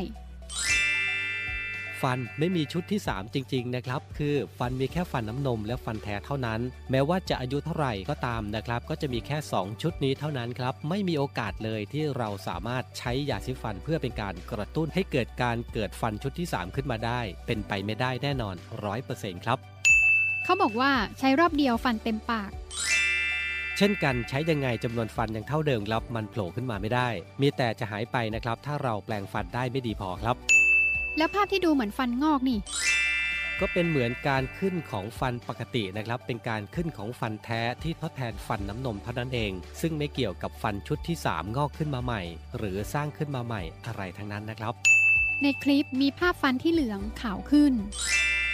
ฟันไม่มีชุดที่สามจริงๆนะครับคือฟันมีแค่ฟันน้ำนมและฟันแท้เท่านั้นแม้ว่าจะอายุเท่าไหร่ก็ตามนะครับก็จะมีแค่สองชุดนี้เท่านั้นครับไม่มีโอกาสเลยที่เราสามารถใช้ยาสีฟันเพื่อเป็นการกระตุ้นให้เกิดการเกิดฟันชุดที่สามขึ้นมาได้เป็นไปไม่ได้แน่นอน ร้อยเปอร์เซ็นต์ ครับเขาบอกว่าใช้รอบเดียวฟันเต็มปากเช่นกันใช้ยังไงจำนวนฟันยังเท่าเดิมครับมันโผล่ขึ้นมาไม่ได้มีแต่จะหายไปนะครับถ้าเราแปลงฟันได้ไม่ดีพอครับแล้วภาพที่ดูเหมือนฟันงอกนี่ก็เป็นเหมือนการขึ้นของฟันปกตินะครับเป็นการขึ้นของฟันแท้ที่ทดแทนฟันน้ำนมเท่านั้นเองซึ่งไม่เกี่ยวกับฟันชุดที่สามงอกขึ้นมาใหม่หรือสร้างขึ้นมาใหม่อะไรทั้งนั้นนะครับในคลิปมีภาพฟันที่เหลืองขาวขึ้น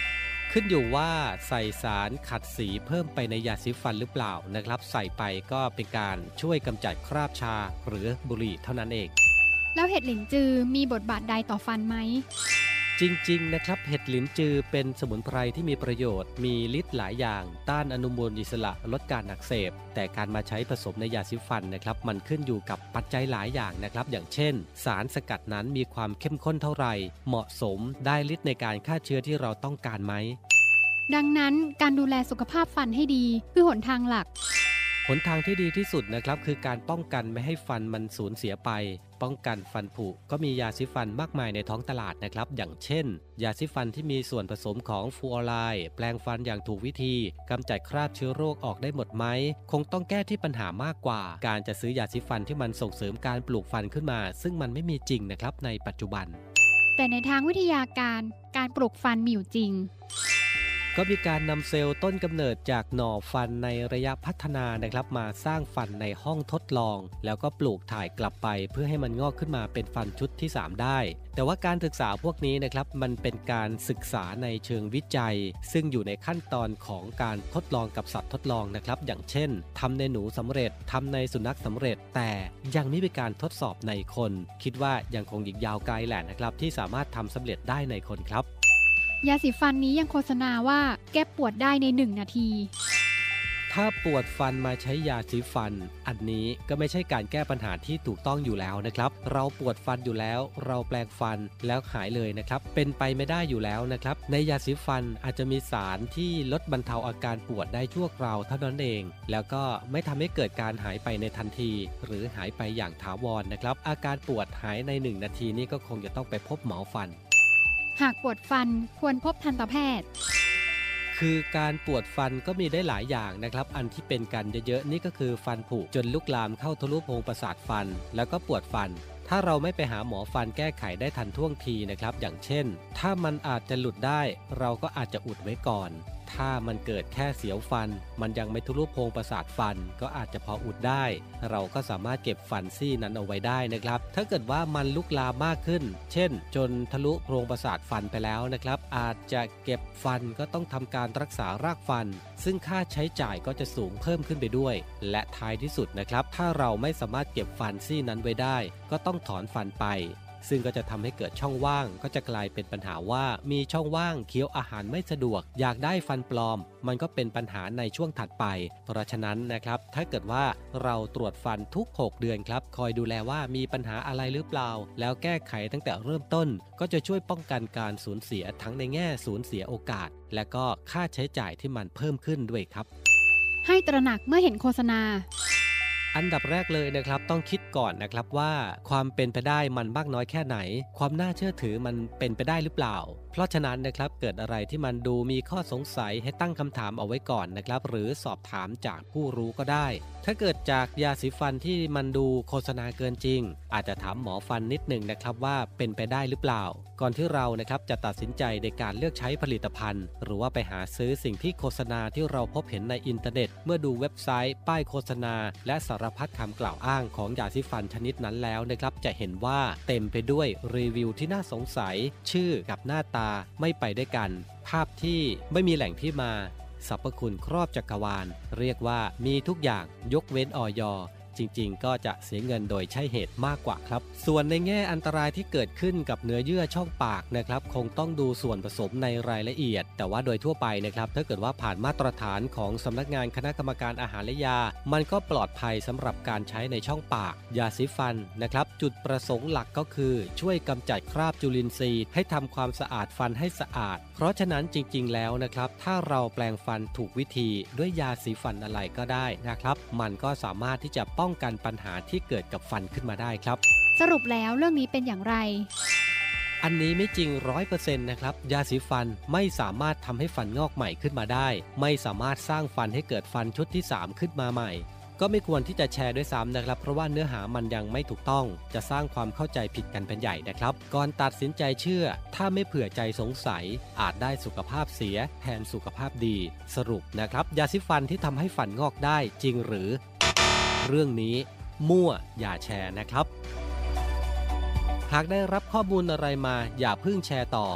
ขึ้นอยู่ว่าใส่สารขัดสีเพิ่มไปในยาสีฟันหรือเปล่านะครับใส่ไปก็เป็นการช่วยกำจัดคราบชาหรือบุหรี่เท่านั้นเองแล้วเห็ดหลินจือมีบทบาทใดต่อฟันไหมจริงๆนะครับเห็ดหลินจือเป็นสมุนไพรที่มีประโยชน์มีฤทธิ์หลายอย่างต้านอนุมูลอิสระลดการอักเสบแต่การมาใช้ผสมในยาสีฟันนะครับมันขึ้นอยู่กับปัจจัยหลายอย่างนะครับอย่างเช่นสารสกัดนั้นมีความเข้มข้นเท่าไหร่เหมาะสมได้ฤทธิ์ในการฆ่าเชื้อที่เราต้องการไหมดังนั้นการดูแลสุขภาพฟันให้ดีคือหนทางหลักหนทางที่ดีที่สุดนะครับคือการป้องกันไม่ให้ฟันมันสูญเสียไปป้องกันฟันผุก็มียาสีฟันมากมายในท้องตลาดนะครับอย่างเช่นยาสีฟันที่มีส่วนผสมของฟลูออไรด์แปลงฟันอย่างถูกวิธีกำจัดคราบเชื้อโรคออกได้หมดไหมคงต้องแก้ที่ปัญหามากกว่าการจะซื้อยาสีฟันที่มันส่งเสริมการปลูกฟันขึ้นมาซึ่งมันไม่มีจริงนะครับในปัจจุบันแต่ในทางวิทยาการการปลูกฟันมีอยู่จริงก็มีการนำเซลล์ต้นกำเนิดจากหน่อฟันในระยะพัฒนานะครับมาสร้างฟันในห้องทดลองแล้วก็ปลูกถ่ายกลับไปเพื่อให้มันงอกขึ้นมาเป็นฟันชุดที่สามได้แต่ว่าการศึกษาพวกนี้นะครับมันเป็นการศึกษาในเชิงวิจัยซึ่งอยู่ในขั้นตอนของการทดลองกับสัตว์ทดลองนะครับอย่างเช่นทำในหนูสำเร็จทำในสุนัขสำเร็จแต่ยังไม่มีการทดสอบในคนคิดว่ายังคงอีกยาวไกลแหละนะครับที่สามารถทำสำเร็จได้ในคนครับยาสีฟันนี้ยังโฆษณาว่าแก้ปวดได้ในหนึ่งนาทีถ้าปวดฟันมาใช้ยาสีฟันอันนี้ก็ไม่ใช่การแก้ปัญหาที่ถูกต้องอยู่แล้วนะครับเราปวดฟันอยู่แล้วเราแปรงฟันแล้วหายเลยนะครับเป็นไปไม่ได้อยู่แล้วนะครับในยาสีฟันอาจจะมีสารที่ลดบรรเทาอาการปวดได้ชั่วคราวเท่านั้นเองแล้วก็ไม่ทำให้เกิดการหายไปในทันทีหรือหายไปอย่างถาวรนะครับอาการปวดหายในหนึ่งนาทีนี้ก็คงจะต้องไปพบหมอฟันหากปวดฟันควรพบทันตแพทย์คือการปวดฟันก็มีได้หลายอย่างนะครับอันที่เป็นกันเยอะๆนี่ก็คือฟันผุจนลุกลามเข้าทะลุโพรงประสาทฟันแล้วก็ปวดฟันถ้าเราไม่ไปหาหมอฟันแก้ไขได้ทันท่วงทีนะครับอย่างเช่นถ้ามันอาจจะหลุดได้เราก็อาจจะอุดไว้ก่อนถ้ามันเกิดแค่เสียวฟันมันยังไม่ทะลุโพรงประสาทฟันก็อาจจะพออุดได้เราก็สามารถเก็บฟันซี่นั้นเอาไว้ได้นะครับถ้าเกิดว่ามันลุกลามมากขึ้นเช่นจนทะลุโพรงประสาทฟันไปแล้วนะครับอาจจะเก็บฟันก็ต้องทำการรักษารากฟันซึ่งค่าใช้จ่ายก็จะสูงเพิ่มขึ้นไปด้วยและท้ายที่สุดนะครับถ้าเราไม่สามารถเก็บฟันซี่นั้นไว้ได้ก็ต้องถอนฟันไปซึ่งก็จะทำให้เกิดช่องว่างก็จะกลายเป็นปัญหาว่ามีช่องว่างเคี้ยวอาหารไม่สะดวกอยากได้ฟันปลอมมันก็เป็นปัญหาในช่วงถัดไปเพราะฉะนั้นนะครับถ้าเกิดว่าเราตรวจฟันทุกหกเดือนครับคอยดูแลว่ามีปัญหาอะไรหรือเปล่าแล้วแก้ไขตั้งแต่เริ่มต้นก็จะช่วยป้องกันการสูญเสียทั้งในแง่สูญเสียโอกาสและก็ค่าใช้จ่ายที่มันเพิ่มขึ้นด้วยครับให้ตระหนักเมื่อเห็นโฆษณาอันดับแรกเลยนะครับต้องคิดก่อนนะครับว่าความเป็นไปได้มันมากน้อยแค่ไหนความน่าเชื่อถือมันเป็นไปได้หรือเปล่าเพราะฉะนั้นนะครับเกิดอะไรที่มันดูมีข้อสงสัยให้ตั้งคำถามเอาไว้ก่อนนะครับหรือสอบถามจากผู้รู้ก็ได้ถ้าเกิดจากยาสีฟันที่มันดูโฆษณาเกินจริงอาจจะถามหมอฟันนิดหนึ่งนะครับว่าเป็นไปได้หรือเปล่าก่อนที่เรานะครับจะตัดสินใจในการเลือกใช้ผลิตภัณฑ์หรือว่าไปหาซื้อสิ่งที่โฆษณาที่เราพบเห็นในอินเทอร์เน็ตเมื่อดูเว็บไซต์ป้ายโฆษณาและสารพัดคำกล่าวอ้างของยาสีฟันชนิดนั้นแล้วนะครับจะเห็นว่าเต็มไปด้วยรีวิวที่น่าสงสัยชื่อกับหน้าตาไม่ไปด้วยกันภาพที่ไม่มีแหล่งที่มาสรรพคุณครอบจักรวาลเรียกว่ามีทุกอย่างยกเว้นอย.จริงๆก็จะเสียเงินโดยใช่เหตุมากกว่าครับส่วนในแง่อันตรายที่เกิดขึ้นกับเนื้อเยื่อช่องปากนะครับคงต้องดูส่วนผสมในรายละเอียดแต่ว่าโดยทั่วไปนะครับถ้าเกิดว่าผ่านมาตรฐานของสำนักงานคณะกรรมการอาหารและยามันก็ปลอดภัยสำหรับการใช้ในช่องปากยาสีฟันนะครับจุดประสงค์หลักก็คือช่วยกำจัดคราบจุลินทรีย์ให้ทำความสะอาดฟันให้สะอาดเพราะฉะนั้นจริงๆแล้วนะครับถ้าเราแปรงฟันถูกวิธีด้วยยาสีฟันอะไรก็ได้นะครับมันก็สามารถที่จะป้องกันปัญหาที่เกิดกับฟันขึ้นมาได้ครับสรุปแล้วเรื่องนี้เป็นอย่างไรอันนี้ไม่จริง ร้อยเปอร์เซ็นต์ นะครับยาสีฟันไม่สามารถทำให้ฟันงอกใหม่ขึ้นมาได้ไม่สามารถสร้างฟันให้เกิดฟันชุดที่สามขึ้นมาใหม่ก็ไม่ควรที่จะแชร์ด้วยซ้ำนะครับเพราะว่าเนื้อหามันยังไม่ถูกต้องจะสร้างความเข้าใจผิดกันเป็นใหญ่นะครับก่อนตัดสินใจเชื่อถ้าไม่เผื่อใจสงสัยอาจได้สุขภาพเสียแทนสุขภาพดีสรุปนะครับยาสีฟันที่ทำให้ฟันงอกได้จริงหรือเรื่องนี้มั่วอย่าแชร์นะครับหากได้รับข้อมูลอะไรมาอย่าเพิ่งแชร์ต่อค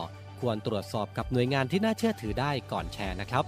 ควรตรวจสอบกับหน่วยงานที่น่าเชื่อถือได้ก่อนแชร์นะครับ